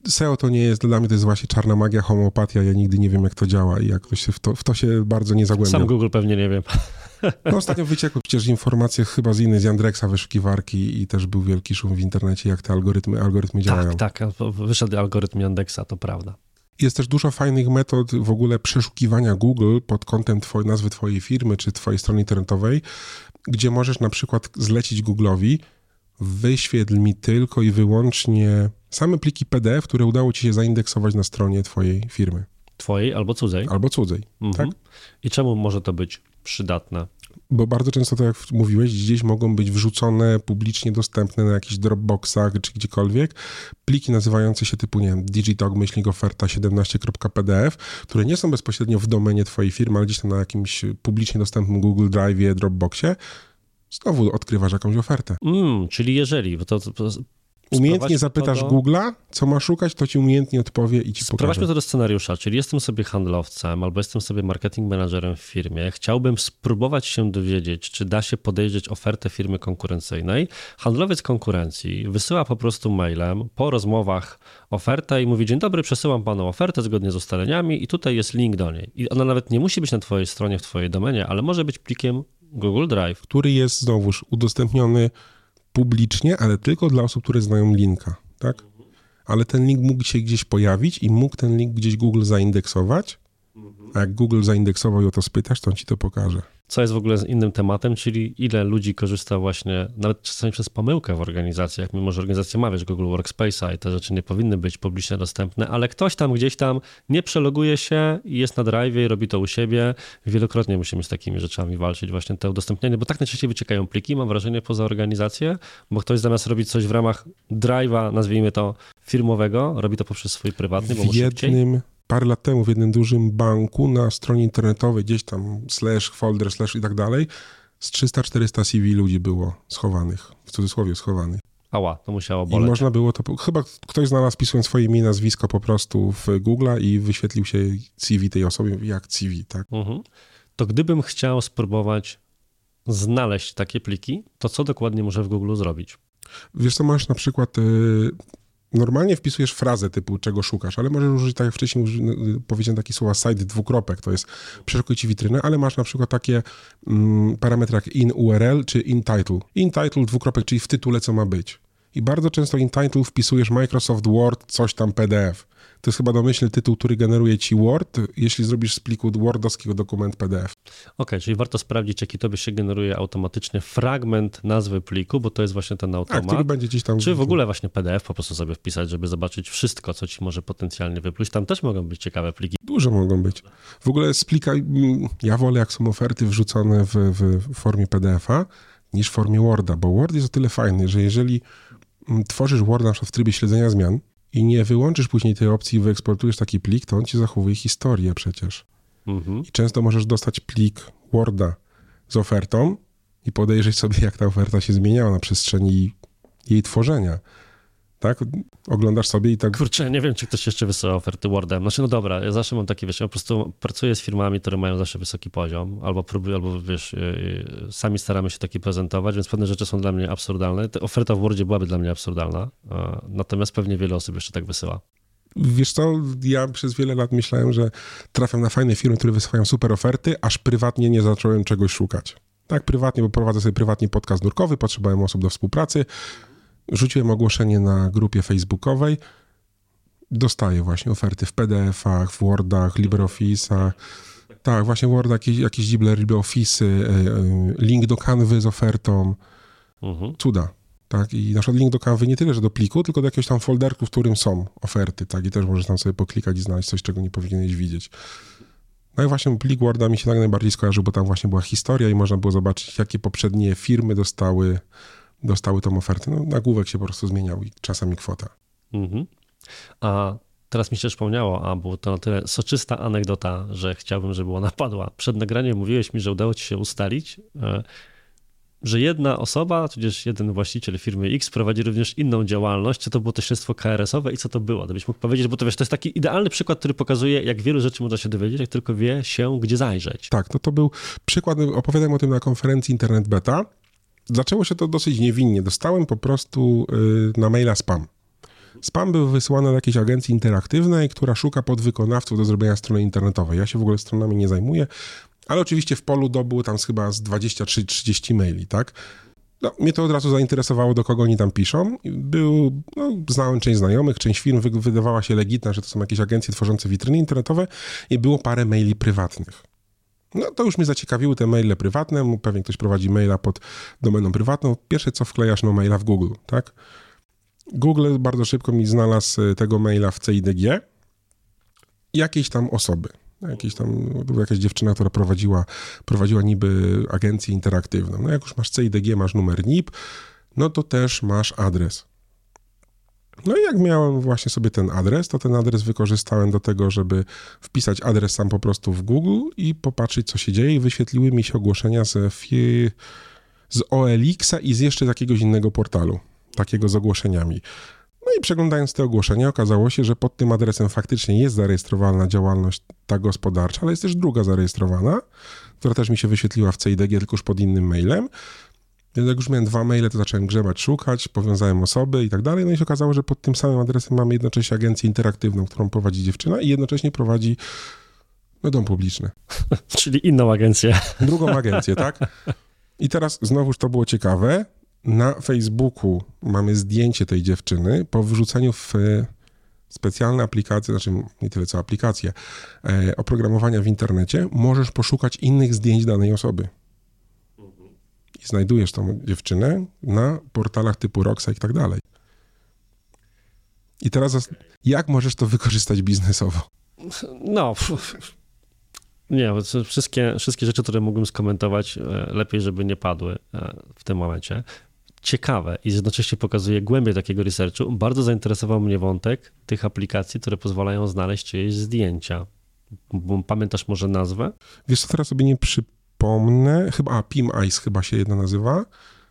S E O to nie jest, dla mnie to jest właśnie czarna magia, homeopatia, ja nigdy nie wiem, jak to działa i jak to się w to, w to się bardzo nie zagłębiam. Sam Google pewnie nie wiem. No ostatnio wyciekły przecież informacje chyba z innej, z Yandrexa wyszukiwarki i też był wielki szum w internecie, jak te algorytmy, algorytmy działają. Tak, tak, wyszedł algorytm Yandexa, to prawda. Jest też dużo fajnych metod w ogóle przeszukiwania Google pod kątem twojej, nazwy twojej firmy czy twojej strony internetowej, gdzie możesz na przykład zlecić Google'owi: wyświetl mi tylko i wyłącznie same pliki P D F, które udało ci się zaindeksować na stronie twojej firmy. Twojej albo cudzej. Albo cudzej, Mhm. tak? I czemu może to być przydatne? Bo bardzo często, tak jak mówiłeś, gdzieś mogą być wrzucone, publicznie dostępne na jakichś Dropboxach czy gdziekolwiek pliki nazywające się typu, nie wiem, digitog myślnik oferta siedemnaście kropka p d f, które nie są bezpośrednio w domenie twojej firmy, ale gdzieś tam na jakimś publicznie dostępnym Google Drive'ie, Dropboxie. Znowu odkrywasz jakąś ofertę. Mm, czyli jeżeli, bo to, to, to Umiejętnie zapytasz do... Google'a, co ma szukać, to ci umiejętnie odpowie i ci pokaże. Sprowadźmy to do scenariusza, czyli jestem sobie handlowcem albo jestem sobie marketing managerem w firmie, chciałbym spróbować się dowiedzieć, czy da się podejrzeć ofertę firmy konkurencyjnej. Handlowiec konkurencji wysyła po prostu mailem po rozmowach ofertę i mówi: dzień dobry, przesyłam panu ofertę zgodnie z ustaleniami i tutaj jest link do niej. I ona nawet nie musi być na twojej stronie, w twojej domenie, ale może być plikiem Google Drive. Który jest znowuż udostępniony publicznie, ale tylko dla osób, które znają linka, tak? Ale ten link mógł się gdzieś pojawić i mógł ten link gdzieś Google zaindeksować, a jak Google zaindeksował i o to spytasz, to on ci to pokaże. Co jest w ogóle z innym tematem, czyli ile ludzi korzysta właśnie, nawet czasami przez pomyłkę w organizacjach, mimo że organizacja ma, wiesz, Google Workspace'a i te rzeczy nie powinny być publicznie dostępne, ale ktoś tam gdzieś tam nie przeloguje się i jest na Drive'ie i robi to u siebie. Wielokrotnie musimy z takimi rzeczami walczyć, właśnie te udostępnianie, bo tak najczęściej wyciekają pliki, mam wrażenie, poza organizację, bo ktoś zamiast robić coś w ramach Drive'a, nazwijmy to firmowego, robi to poprzez swój prywatny, bo w mu szybciej. jednym Parę lat temu w jednym dużym banku na stronie internetowej, gdzieś tam slash, folder, slash i tak dalej, z trzysta czterysta C V ludzi było schowanych, w cudzysłowie schowanych. Ała, to musiało I boleć. można było to, chyba ktoś znalazł, pisując swoje imię i nazwisko po prostu w Google'a i wyświetlił się C V tej osoby jak C V, tak? Mhm. To gdybym chciał spróbować znaleźć takie pliki, to co dokładnie muszę w Google zrobić? Wiesz co, masz na przykład... Yy, Normalnie wpisujesz frazę typu czego szukasz, ale możesz użyć, tak jak wcześniej powiedziałem, takie słowa site dwukropek, to jest przeszukuj ci witrynę, ale masz na przykład takie mm, parametry jak in U R L czy in title. In title dwukropek, czyli w tytule co ma być. I bardzo często in title wpisujesz Microsoft Word, coś tam P D F. To jest chyba domyślny tytuł, który generuje ci Word, jeśli zrobisz z pliku wordowskiego dokument P D F. Okej, okay, czyli warto sprawdzić, jaki tobie się generuje automatycznie fragment nazwy pliku, bo to jest właśnie ten automat. A, który będzie gdzieś tam... Czy w ogóle właśnie P D F po prostu sobie wpisać, żeby zobaczyć wszystko, co ci może potencjalnie wypluć. Tam też mogą być ciekawe pliki. Dużo mogą być. W ogóle z plika, ja wolę, jak są oferty wrzucone w, w formie P D F-a, niż w formie Worda, bo Word jest o tyle fajny, że jeżeli tworzysz Word na przykład w trybie śledzenia zmian i nie wyłączysz później tej opcji i wyeksportujesz taki plik, to on ci zachowuje historię przecież. Mhm. I często możesz dostać plik Worda z ofertą i podejrzeć sobie, jak ta oferta się zmieniała na przestrzeni jej tworzenia. Tak? Oglądasz sobie i tak... Kurczę, nie wiem, czy ktoś jeszcze wysyła oferty Wordem. Znaczy, no dobra, ja zawsze mam takie, wiesz, ja po prostu pracuję z firmami, które mają zawsze wysoki poziom, albo próbuję, albo wiesz, yy, sami staramy się taki prezentować, więc pewne rzeczy są dla mnie absurdalne. Ta oferta w Wordzie byłaby dla mnie absurdalna, yy, natomiast pewnie wiele osób jeszcze tak wysyła. Wiesz co, ja przez wiele lat myślałem, że trafiam na fajne firmy, które wysyłają super oferty, aż prywatnie nie zacząłem czegoś szukać. Tak, prywatnie, bo prowadzę sobie prywatnie podcast nurkowy, potrzebowałem osób do współpracy. Rzuciłem ogłoszenie na grupie facebookowej, dostaję właśnie oferty w P D F-ach, w Wordach, LibreOffice'ach. Tak, właśnie Word, jakieś, jakieś dzible LibreOffice'y, link do Canvy z ofertą. Mhm. Cuda. Tak, i na przykład link do Canvy nie tyle, że do pliku, tylko do jakiegoś tam folderku, w którym są oferty, tak, i też możesz tam sobie poklikać i znaleźć coś, czego nie powinieneś widzieć. No i właśnie plik Worda mi się tak najbardziej skojarzył, bo tam właśnie była historia i można było zobaczyć, jakie poprzednie firmy dostały dostały tą ofertę. No, nagłówek się po prostu zmieniał i czasami kwota. Mhm. A teraz mi się przypomniało, a było to na tyle soczysta anegdota, że chciałbym, żeby ona padła. Przed nagraniem mówiłeś mi, że udało ci się ustalić, że jedna osoba, tudzież jeden właściciel firmy X prowadzi również inną działalność. Czy to było to śledztwo K R S-owe i co to było? Gdybyś mógł powiedzieć, bo to wiesz, to jest taki idealny przykład, który pokazuje, jak wielu rzeczy można się dowiedzieć, jak tylko wie się, gdzie zajrzeć. Tak, no to był przykład, opowiadałem o tym na konferencji Internet Beta. Zaczęło się to dosyć niewinnie. Dostałem po prostu y, na maila spam. Spam był wysyłany do jakiejś agencji interaktywnej, która szuka podwykonawców do zrobienia strony internetowej. Ja się w ogóle stronami nie zajmuję, ale oczywiście w polu do było tam chyba z dwadzieścia trzy trzydzieści maili, tak? No, mnie to od razu zainteresowało, do kogo oni tam piszą. Był, no, znałem część znajomych, część firm wy- wydawała się legitna, że to są jakieś agencje tworzące witryny internetowe i było parę maili prywatnych. No to już mnie zaciekawiły te maile prywatne, pewnie ktoś prowadzi maila pod domeną prywatną. Pierwsze co wklejasz, no maila w Google, tak? Google bardzo szybko mi znalazł tego maila w C I D G jakiejś tam osoby. Jakieś tam, była jakaś dziewczyna, która prowadziła, prowadziła niby agencję interaktywną. No jak już masz C I D G, masz numer N I P, no to też masz adres. No i jak miałem właśnie sobie ten adres, to ten adres wykorzystałem do tego, żeby wpisać adres sam po prostu w Google i popatrzeć, co się dzieje i wyświetliły mi się ogłoszenia z, fi- z O L X-a i z jeszcze z jakiegoś innego portalu, takiego z ogłoszeniami. No i przeglądając te ogłoszenia okazało się, że pod tym adresem faktycznie jest zarejestrowana działalność ta gospodarcza, ale jest też druga zarejestrowana, która też mi się wyświetliła w C I D G, tylko już pod innym mailem. Więc jak już miałem dwa maile, to zacząłem grzebać, szukać, powiązałem osoby i tak dalej. No i się okazało, że pod tym samym adresem mamy jednocześnie agencję interaktywną, którą prowadzi dziewczyna i jednocześnie prowadzi no, dom publiczny. Czyli inną agencję. Drugą agencję, tak? I teraz znowuż to było ciekawe. Na Facebooku mamy zdjęcie tej dziewczyny po wrzuceniu w specjalne aplikacje, znaczy nie tyle co aplikacje, e, oprogramowania w internecie, możesz poszukać innych zdjęć danej osoby. I znajdujesz tą dziewczynę na portalach typu Roxa i tak dalej. I teraz jak możesz to wykorzystać biznesowo? No, nie, wszystkie, wszystkie rzeczy, które mógłbym skomentować, lepiej, żeby nie padły w tym momencie. Ciekawe i jednocześnie pokazuje głębię takiego researchu. Bardzo zainteresował mnie wątek tych aplikacji, które pozwalają znaleźć czyjeś zdjęcia. Pamiętasz może nazwę? Wiesz co, teraz sobie nie przypomnę. Chyba, a, Pim Eyes chyba się jedna nazywa,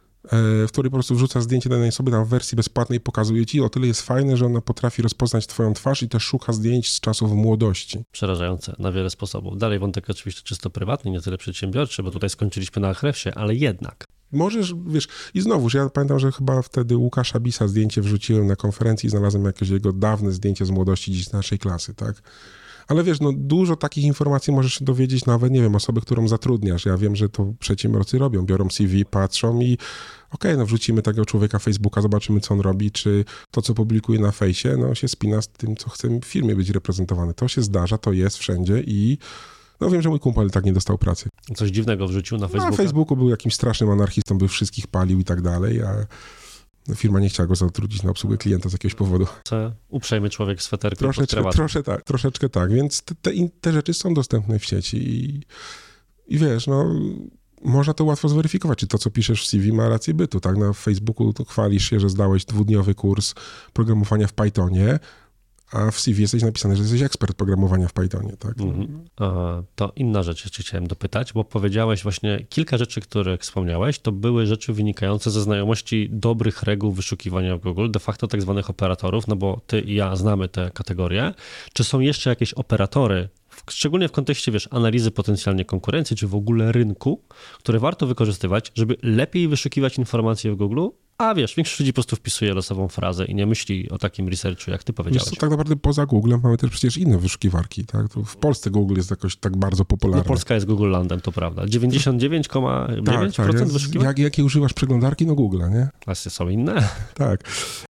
w której po prostu wrzuca zdjęcie danej osoby, tam w wersji bezpłatnej pokazuje ci. O tyle jest fajne, że ona potrafi rozpoznać twoją twarz i też szuka zdjęć z czasów młodości. Przerażające na wiele sposobów. Dalej wątek oczywiście czysto prywatny, nie tyle przedsiębiorczy, bo tutaj skończyliśmy na Ahrefsie, ale jednak. Możesz, wiesz, i znowuż, ja pamiętam, że chyba wtedy Łukasza Bisa zdjęcie wrzuciłem na konferencji i znalazłem jakieś jego dawne zdjęcie z młodości dziś z naszej klasy, tak? Ale wiesz, no dużo takich informacji możesz się dowiedzieć nawet, nie wiem, osoby, którą zatrudniasz. Ja wiem, że to przedsiębiorcy robią, biorą C V, patrzą i okej, okay, no wrzucimy takiego człowieka Facebooka, zobaczymy, co on robi, czy to, co publikuje na fejsie, no się spina z tym, co chce w firmie być reprezentowane. To się zdarza, to jest wszędzie i no wiem, że mój kumpel tak nie dostał pracy. Coś dziwnego wrzucił na Facebooka? No, na Facebooku był jakimś strasznym anarchistą, by wszystkich palił i tak dalej, a firma nie chciała go zatrudnić na obsługę klienta z jakiegoś powodu. Co? Uprzejmy człowiek w sweterku. Troszeczkę, trosze, tak, troszeczkę tak, więc te, te, te rzeczy są dostępne w sieci i, i wiesz, no można to łatwo zweryfikować, czy to, co piszesz w C V ma rację bytu, tak? Na Facebooku chwalisz się, że zdałeś dwudniowy kurs programowania w Pythonie, a w C V jesteś napisany, że jesteś ekspert programowania w Pythonie, tak? Mm-hmm. To inna rzecz jeszcze chciałem dopytać, bo powiedziałeś właśnie kilka rzeczy, których wspomniałeś, to były rzeczy wynikające ze znajomości dobrych reguł wyszukiwania w Google, de facto tak zwanych operatorów, no bo ty i ja znamy te kategorie. Czy są jeszcze jakieś operatory, szczególnie w kontekście, wiesz, analizy potencjalnie konkurencji, czy w ogóle rynku, które warto wykorzystywać, żeby lepiej wyszukiwać informacje w Google? A wiesz, większość ludzi po prostu wpisuje losową frazę i nie myśli o takim researchu, jak ty powiedziałeś. Wiesz co, tak naprawdę poza Googlem mamy też przecież inne wyszukiwarki, tak? To w Polsce Google jest jakoś tak bardzo popularny. No Polska jest Google Landem, to prawda. dziewięćdziesiąt dziewięć przecinek dziewięć procent tak, tak. wyszukiwań? Jak, jakie używasz przeglądarki? No Google, nie? A są inne? Tak.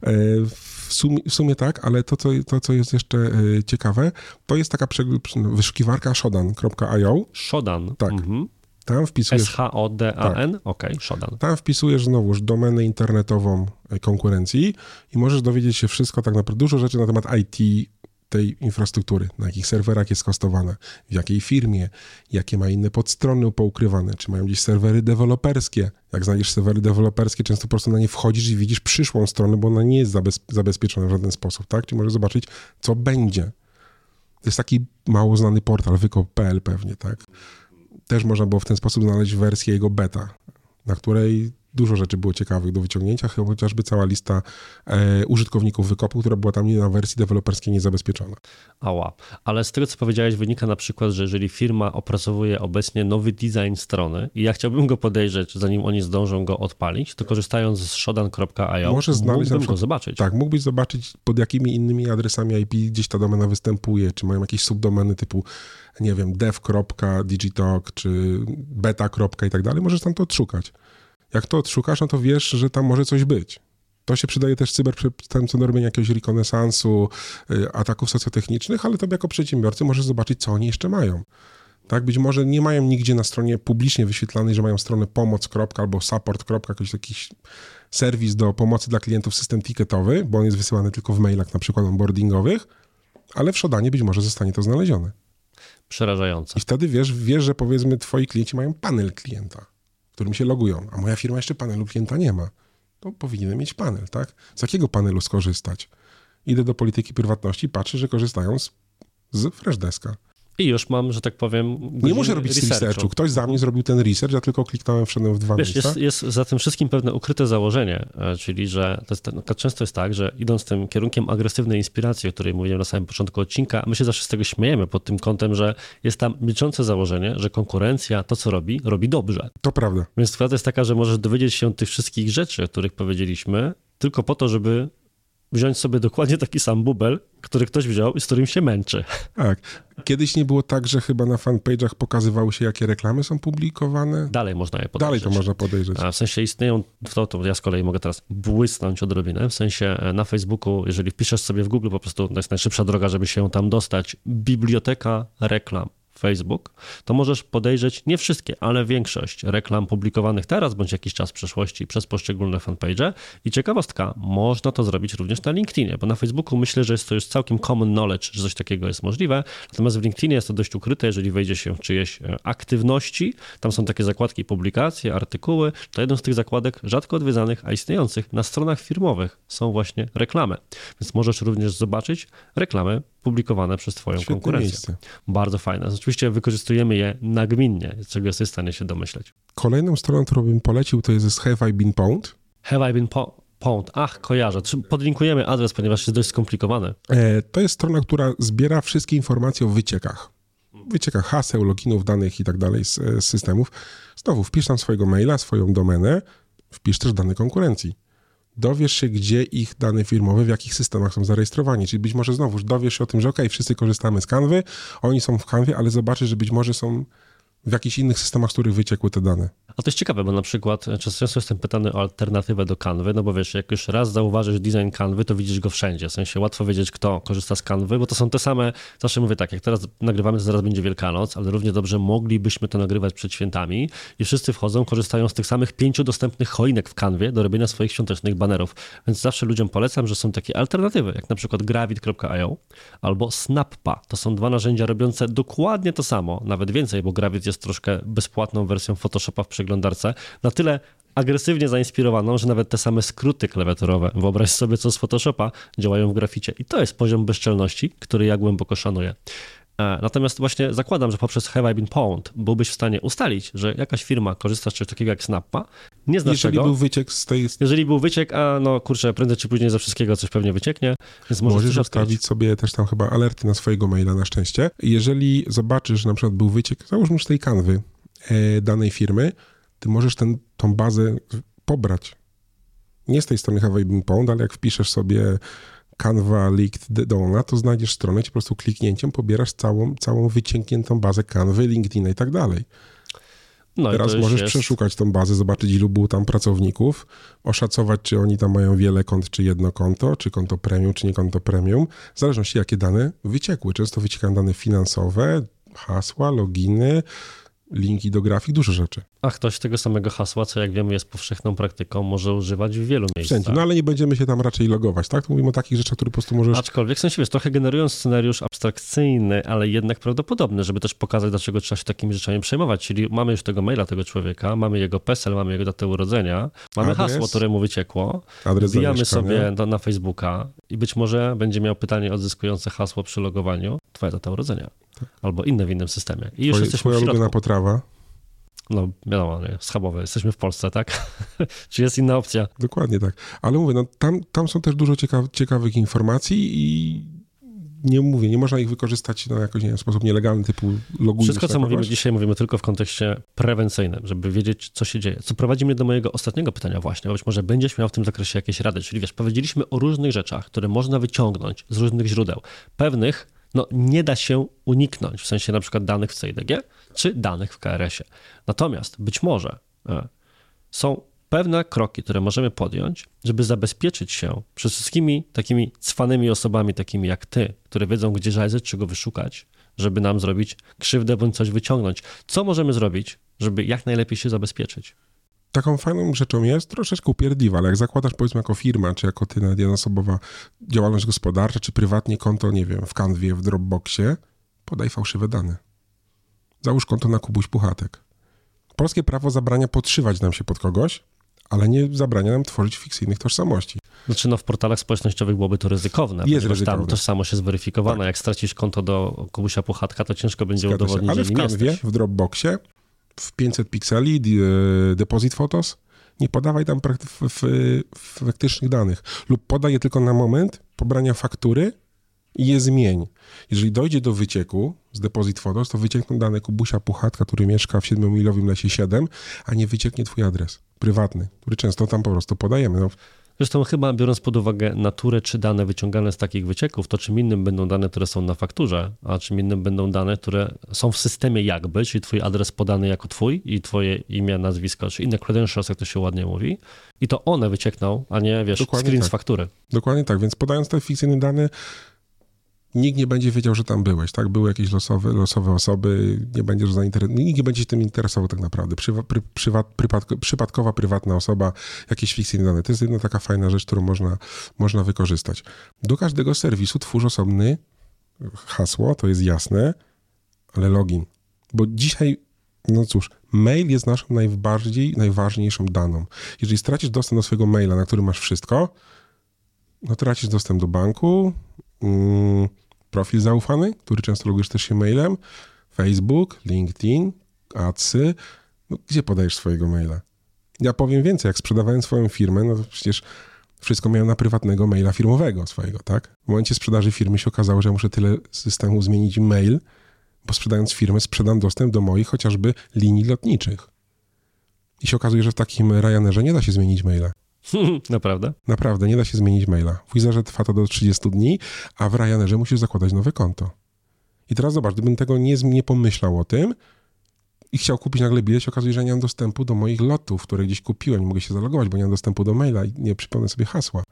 W sumie, w sumie tak, ale to co, to, co jest jeszcze ciekawe, to jest taka wyszukiwarka shodan kropka i o. Shodan? Tak. Mhm. Tam wpisujesz... S H O D A N? Tak. Okej, okay, Shodan. Tam wpisujesz znowuż domenę internetową konkurencji i możesz dowiedzieć się wszystko, tak naprawdę dużo rzeczy na temat I T tej infrastruktury, na jakich serwerach jest hostowana, w jakiej firmie, jakie ma inne podstrony poukrywane, czy mają gdzieś serwery deweloperskie. Jak znajdziesz serwery deweloperskie, często po prostu na nie wchodzisz i widzisz przyszłą stronę, bo ona nie jest zabez- zabezpieczona w żaden sposób, tak? Czyli możesz zobaczyć, co będzie. To jest taki mało znany portal, wykop kropka p l pewnie, tak? Też można było w ten sposób znaleźć wersję jego beta, na której dużo rzeczy było ciekawych do wyciągnięcia, chociażby cała lista e, użytkowników wykopu, która była tam na wersji deweloperskiej niezabezpieczona. Ała. Ale z tego, co powiedziałeś, wynika na przykład, że jeżeli firma opracowuje obecnie nowy design strony i ja chciałbym go podejrzeć, zanim oni zdążą go odpalić, to korzystając z shodan kropka i o Może znaleźć mógłbym na przykład, go zobaczyć. Tak, mógłbyś zobaczyć, pod jakimi innymi adresami I P gdzieś ta domena występuje, czy mają jakieś subdomeny typu, nie wiem, dev.digitalk, czy beta. i tak dalej. Możesz tam to odszukać. Jak to odszukasz, no to wiesz, że tam może coś być. To się przydaje też cyberprzestępcom do robienia jakiegoś rekonesansu, y, ataków socjotechnicznych, ale tobie jako przedsiębiorcy możesz zobaczyć, co oni jeszcze mają. Tak, być może nie mają nigdzie na stronie publicznie wyświetlanej, że mają stronę pomoc. albo support. Jakiś, jakiś serwis do pomocy dla klientów, system ticketowy, bo on jest wysyłany tylko w mailach, na przykład onboardingowych, ale w Shodanie być może zostanie to znalezione. Przerażające. I wtedy wiesz, wiesz, że powiedzmy twoi klienci mają panel klienta, w którym się logują, a moja firma jeszcze panelu klienta nie ma. To powinienem mieć panel, tak? Z jakiego panelu skorzystać? Idę do polityki prywatności, patrzę, że korzystają z, z Freshdeska. I już mam, że tak powiem, nie muszę robić researchu. researchu. Ktoś za mnie zrobił ten research, ja tylko kliknąłem, wszedłem w dwa Wiesz, miejsca. Jest, jest za tym wszystkim pewne ukryte założenie, czyli że to jest, no, często jest tak, że idąc tym kierunkiem agresywnej inspiracji, o której mówiłem na samym początku odcinka, my się zawsze z tego śmiejemy pod tym kątem, że jest tam milczące założenie, że konkurencja to, co robi, robi dobrze. To prawda. Więc prawda jest taka, że możesz dowiedzieć się tych wszystkich rzeczy, o których powiedzieliśmy, tylko po to, żeby wziąć sobie dokładnie taki sam bubel, który ktoś wziął i z którym się męczy. Tak. Kiedyś nie było tak, że chyba na fanpage'ach pokazywały się, jakie reklamy są publikowane? Dalej można je podejrzeć. Dalej to można podejrzeć. A w sensie istnieją, to, to ja z kolei mogę teraz błysnąć odrobinę, w sensie na Facebooku, jeżeli wpiszesz sobie w Google, po prostu to jest najszybsza droga, żeby się tam dostać, biblioteka reklam Facebook, to możesz podejrzeć nie wszystkie, ale większość reklam publikowanych teraz bądź jakiś czas w przeszłości przez poszczególne fanpage. I ciekawostka, można to zrobić również na LinkedInie, bo na Facebooku myślę, że jest to już całkiem common knowledge, że coś takiego jest możliwe, natomiast w LinkedInie jest to dość ukryte, jeżeli wejdzie się w czyjeś aktywności, tam są takie zakładki publikacje, artykuły, to jedną z tych zakładek rzadko odwiedzanych, a istniejących na stronach firmowych są właśnie reklamy, więc możesz również zobaczyć reklamy publikowane przez twoją Świetne konkurencję. miejsce. Bardzo fajne. Oczywiście wykorzystujemy je nagminnie, czego jesteś w stanie się domyśleć. Kolejną stroną, którą bym polecił, to jest Have I Been Pwned? Have I Been Pwned? Ach, kojarzę. Podlinkujemy adres, ponieważ jest dość skomplikowany. E, to jest strona, która zbiera wszystkie informacje o wyciekach. Wyciekach haseł, loginów, danych i tak dalej z, z systemów. Znowu wpisz tam swojego maila, swoją domenę, wpisz też dane konkurencji. Dowiesz się, gdzie ich dane firmowe, w jakich systemach są zarejestrowani. Czyli być może znowu dowiesz się o tym, że okej, wszyscy korzystamy z Canvy, oni są w Canvie, ale zobaczysz, że być może są w jakichś innych systemach, z których wyciekły te dane. A to jest ciekawe, bo na przykład często jestem pytany o alternatywę do Canvy, no bo wiesz, jak już raz zauważysz design Canvy, to widzisz go wszędzie, w sensie łatwo wiedzieć, kto korzysta z Canvy, bo to są te same, zawsze mówię tak, jak teraz nagrywamy, to zaraz będzie Wielkanoc, ale równie dobrze moglibyśmy to nagrywać przed świętami i wszyscy wchodzą, korzystają z tych samych pięciu dostępnych choinek w Canvie do robienia swoich świątecznych banerów, więc zawsze ludziom polecam, że są takie alternatywy, jak na przykład gravit kropka i o albo Snappa. To są dwa narzędzia robiące dokładnie to samo, nawet więcej, bo Gravit jest troszkę bezpłatną wersją Photoshopa w przeglądarce, na tyle agresywnie zainspirowaną, że nawet te same skróty klawiaturowe, wyobraź sobie co z Photoshopa, działają w graficie. I to jest poziom bezczelności, który ja głęboko szanuję. Natomiast właśnie zakładam, że poprzez Have I Been Pwned byłbyś w stanie ustalić, że jakaś firma korzysta z czegoś takiego jak Snappa, nie znasz Jeżeli czego. był wyciek z tej... Jeżeli był wyciek, a no kurczę, prędzej czy później ze wszystkiego coś pewnie wycieknie, więc możesz, możesz ustawić sobie też tam chyba alerty na swojego maila na szczęście. Jeżeli zobaczysz, że na przykład był wyciek, załóżmy z tej kanwy e, danej firmy, ty możesz ten, tą bazę pobrać. Nie z tej strony Have I Been Pwned, ale jak wpiszesz sobie Canva Leaked Dona, to znajdziesz stronę, gdzie po prostu kliknięciem pobierasz całą, całą wyciągniętą bazę Canvy, LinkedIna i tak dalej. No Teraz możesz jest... przeszukać tą bazę, zobaczyć ilu było tam pracowników, oszacować, czy oni tam mają wiele kont, czy jedno konto, czy konto premium, czy nie konto premium, w zależności jakie dane wyciekły. Często wyciekają dane finansowe, hasła, loginy, linki do grafik, dużo rzeczy. A ktoś tego samego hasła, co jak wiemy jest powszechną praktyką, może używać w wielu miejscach. Wszędzie, no ale nie będziemy się tam raczej logować, tak? To mówimy o takich rzeczach, które po prostu możesz... Aczkolwiek, w sensie, wiesz, trochę generując scenariusz abstrakcyjny, ale jednak prawdopodobny, żeby też pokazać, dlaczego trzeba się takimi rzeczami przejmować. Czyli mamy już tego maila tego człowieka, mamy jego PESEL, mamy jego datę urodzenia, mamy adres, hasło, które mu wyciekło, wbijamy sobie do, na Facebooka i być może będzie miał pytanie odzyskujące hasło przy logowaniu, twoja data urodzenia. Tak. Albo inne w innym systemie. I już Twoje, jesteśmy twoja w środku. ulubiona potrawa? No wiadomo, nie, schabowe, jesteśmy w Polsce, tak? Czy jest inna opcja? Dokładnie tak. Ale mówię, no tam, tam są też dużo ciekaw, ciekawych informacji i nie mówię, nie można ich wykorzystać no, jakoś nie wiem, w sposób nielegalny, typu logujesz. Wszystko, co mówimy dzisiaj, mówimy tylko w kontekście prewencyjnym, żeby wiedzieć, co się dzieje. Co prowadzi mnie do mojego ostatniego pytania właśnie, bo być może będziesz miał w tym zakresie jakieś rady. Czyli wiesz, powiedzieliśmy o różnych rzeczach, które można wyciągnąć z różnych źródeł. Pewnych no, nie da się uniknąć, w sensie na przykład danych w C I D G, czy danych w K R S ie. Natomiast być może e, są pewne kroki, które możemy podjąć, żeby zabezpieczyć się przed wszystkimi takimi cwanymi osobami, takimi jak ty, które wiedzą, gdzie zajrzeć, czego wyszukać, żeby nam zrobić krzywdę bądź coś wyciągnąć. Co możemy zrobić, żeby jak najlepiej się zabezpieczyć? Taką fajną rzeczą jest troszeczkę upierdliwa, ale jak zakładasz powiedzmy jako firma, czy jako ty jednoosobowa działalność gospodarcza, czy prywatnie konto, nie wiem, w Canwie, w Dropboxie, podaj fałszywe dane. Załóż konto na Kubuś Puchatek. Polskie prawo zabrania podszywać nam się pod kogoś, ale nie zabrania nam tworzyć fikcyjnych tożsamości. Znaczy no w portalach społecznościowych byłoby to ryzykowne, jest ponieważ ryzykowne. Tam tożsamość jest weryfikowana. Tak. Jak stracisz konto do Kubusia Puchatka, to ciężko będzie Zgadza udowodnić, się. Ale że w nie Canwie, jesteś. w Dropboxie, w pięćset pikseli, deposit photos, nie podawaj tam prakty- f- f- faktycznych danych lub podaj je tylko na moment pobrania faktury i je zmień. Jeżeli dojdzie do wycieku z deposit photos, to wyciekną dane Kubusia Puchatka, który mieszka w siedmiomilowym lesie siedem, a nie wycieknie twój adres prywatny, który często tam po prostu podajemy. No. Zresztą chyba biorąc pod uwagę naturę czy dane wyciągane z takich wycieków, to czym innym będą dane, które są na fakturze, a czym innym będą dane, które są w systemie jakby, czyli twój adres podany jako twój i twoje imię, nazwisko, czy inne credentials, jak to się ładnie mówi, i to one wyciekną, a nie, wiesz, Dokładnie screen tak. z faktury. Dokładnie tak, więc podając te fikcyjne dane, nikt nie będzie wiedział, że tam byłeś, tak? Były jakieś losowe, losowe osoby, nie będziesz zainteresowany, nikt nie będzie się tym interesował tak naprawdę. Przywa, pry, przywat, przypadko, przypadkowa, prywatna osoba, jakieś fikcyjne dane. To jest jedna taka fajna rzecz, którą można, można wykorzystać. Do każdego serwisu twórz osobny hasło, to jest jasne, ale login. Bo dzisiaj, no cóż, mail jest naszą najbardziej, najważniejszą daną. Jeżeli stracisz dostęp do swojego maila, na którym masz wszystko, no tracisz dostęp do banku, mm, profil zaufany, który często logujesz też się mailem, Facebook, LinkedIn, Adsy, no gdzie podajesz swojego maila? Ja powiem więcej, jak sprzedawałem swoją firmę, no to przecież wszystko miałem na prywatnego maila firmowego swojego, tak? W momencie sprzedaży firmy się okazało, że ja muszę tyle systemów zmienić mail, bo sprzedając firmę sprzedam dostęp do moich chociażby linii lotniczych. I się okazuje, że w takim Ryanerze nie da się zmienić maila. Naprawdę? Naprawdę, nie da się zmienić maila. W Wizerze trwa to do trzydziestu dni, a w Ryanerze musisz zakładać nowe konto. I teraz zobacz, gdybym tego nie, nie pomyślał o tym i chciał kupić nagle bilet, się okazuje, że nie mam dostępu do moich lotów, które gdzieś kupiłem, nie mogę się zalogować, bo nie mam dostępu do maila i nie przypomnę sobie hasła.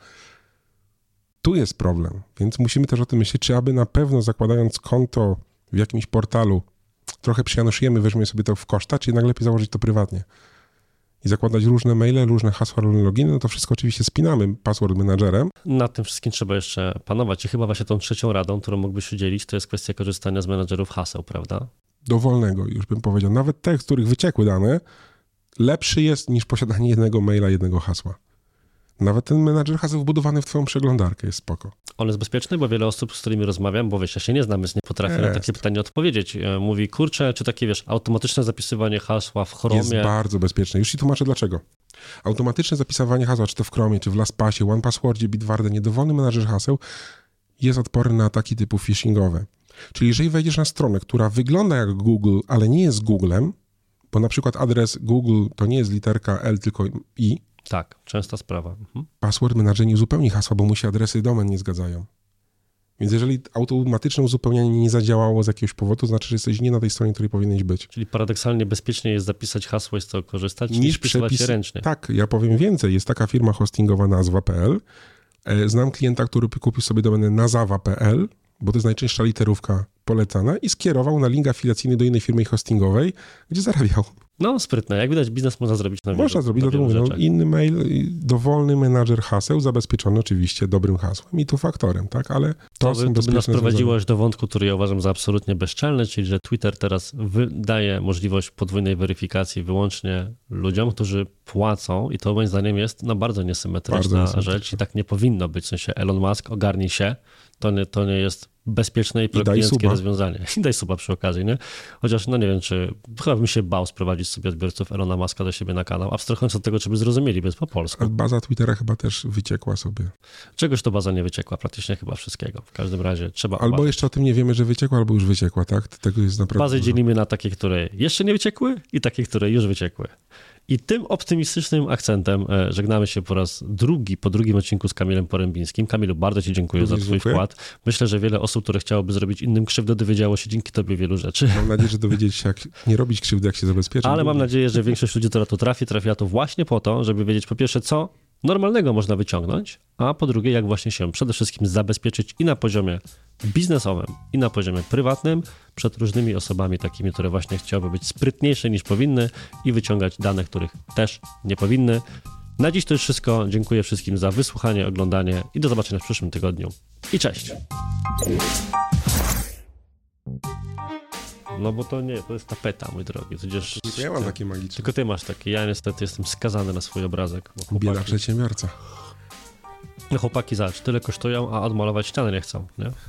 Tu jest problem, więc musimy też o tym myśleć, czy aby na pewno zakładając konto w jakimś portalu trochę przyjanoszujemy, weźmiemy sobie to w koszta, czy jednak lepiej założyć to prywatnie. I zakładać różne maile, różne hasła, różne loginy, no to wszystko oczywiście spinamy password managerem. Nad tym wszystkim trzeba jeszcze panować i chyba właśnie tą trzecią radą, którą mógłbyś udzielić, to jest kwestia korzystania z menadżerów haseł, prawda? Dowolnego, już bym powiedział. Nawet te, z których wyciekły dane, lepszy jest niż posiadanie jednego maila, jednego hasła. Nawet ten menadżer haseł wbudowany w twoją przeglądarkę jest spoko. On jest bezpieczny, bo wiele osób, z którymi rozmawiam, bo wiesz, ja się nie znam, więc nie potrafię jest. na takie pytanie odpowiedzieć. Mówi, kurczę, czy takie, wiesz, automatyczne zapisywanie hasła w Chromie... Jest bardzo bezpieczne. Już ci tłumaczę dlaczego. Automatyczne zapisywanie hasła, czy to w Chromie, czy w LastPassie, OnePasswordzie, Bitwarden, dowolny menadżer haseł jest odporny na ataki typu phishingowe. Czyli jeżeli wejdziesz na stronę, która wygląda jak Google, ale nie jest Googlem, bo na przykład adres Google to nie jest literka L, tylko I. Tak, częsta sprawa. Mhm. Password manager nie uzupełni hasła, bo mu się adresy domen nie zgadzają. Więc jeżeli automatyczne uzupełnianie nie zadziałało z jakiegoś powodu, to znaczy, że jesteś nie na tej stronie, której powinieneś być. Czyli paradoksalnie bezpiecznie jest zapisać hasło i z tego korzystać, niż, niż wpisywać je ręcznie. Tak, ja powiem więcej. Jest taka firma hostingowa nazwa kropka p l. Znam klienta, który kupił sobie domenę nazawa kropka p l, bo to jest najczęstsza literówka polecana i skierował na link afiliacyjny do innej firmy hostingowej, gdzie zarabiał. No sprytne. Jak widać, biznes można zrobić na wielu Można zrobić, dlatego mówię, no, inny mail, dowolny menadżer haseł, zabezpieczony oczywiście dobrym hasłem i tu faktorem, tak, ale to, to są by, to by nas prowadziło rozwiązania. do wątku, który ja uważam za absolutnie bezczelny, czyli że Twitter teraz wydaje możliwość podwójnej weryfikacji wyłącznie ludziom, którzy płacą i to moim zdaniem jest no, bardzo niesymetryczna Bardzo rzecz niesymetryczne. i tak nie powinno być. W sensie Elon Musk, ogarnij się, to nie, to nie jest bezpieczne i daj proklienckie suba. rozwiązanie. I daj suba przy okazji, nie? Chociaż no nie wiem, czy chyba bym się bał sprowadzić sobie odbiorców Elona Muska do siebie na kanał, abstrahując od tego, czy by zrozumieli, bez po polsku. A baza Twittera chyba też wyciekła sobie. Czegoś to baza nie wyciekła, praktycznie chyba wszystkiego. W każdym razie trzeba Albo obawiać. jeszcze o tym nie wiemy, że wyciekła, albo już wyciekła, tak? Tego jest naprawdę Bazy dużo. dzielimy na takie, które jeszcze nie wyciekły i takie, które już wyciekły. I tym optymistycznym akcentem e, żegnamy się po raz drugi, po drugim odcinku z Kamilem Porębińskim. Kamilu, bardzo ci dziękuję Również za twój dziękuję. wkład. Myślę, że wiele osób, które chciałoby zrobić innym krzywdę, dowiedziało się dzięki tobie wielu rzeczy. Mam nadzieję, że dowiedzieć się, jak nie robić krzywdy, jak się zabezpieczyć. Ale mam nadzieję, że większość ludzi, która tu trafi, trafiła tu właśnie po to, żeby wiedzieć po pierwsze, co normalnego można wyciągnąć, a po drugie, jak właśnie się przede wszystkim zabezpieczyć i na poziomie biznesowym, i na poziomie prywatnym przed różnymi osobami takimi, które właśnie chciałyby być sprytniejsze niż powinny i wyciągać dane, których też nie powinny. Na dziś to już wszystko. Dziękuję wszystkim za wysłuchanie, oglądanie i do zobaczenia w przyszłym tygodniu. I cześć! No bo to nie, to jest tapeta, mój drogi. Przecież... To ja mam takie magiczne. Tylko ty masz takie, ja niestety jestem skazany na swój obrazek. Bo Bieda chłopaki, przedsiębiorca. chłopaki zobacz, tyle kosztują, a odmalować ściany nie chcą, nie?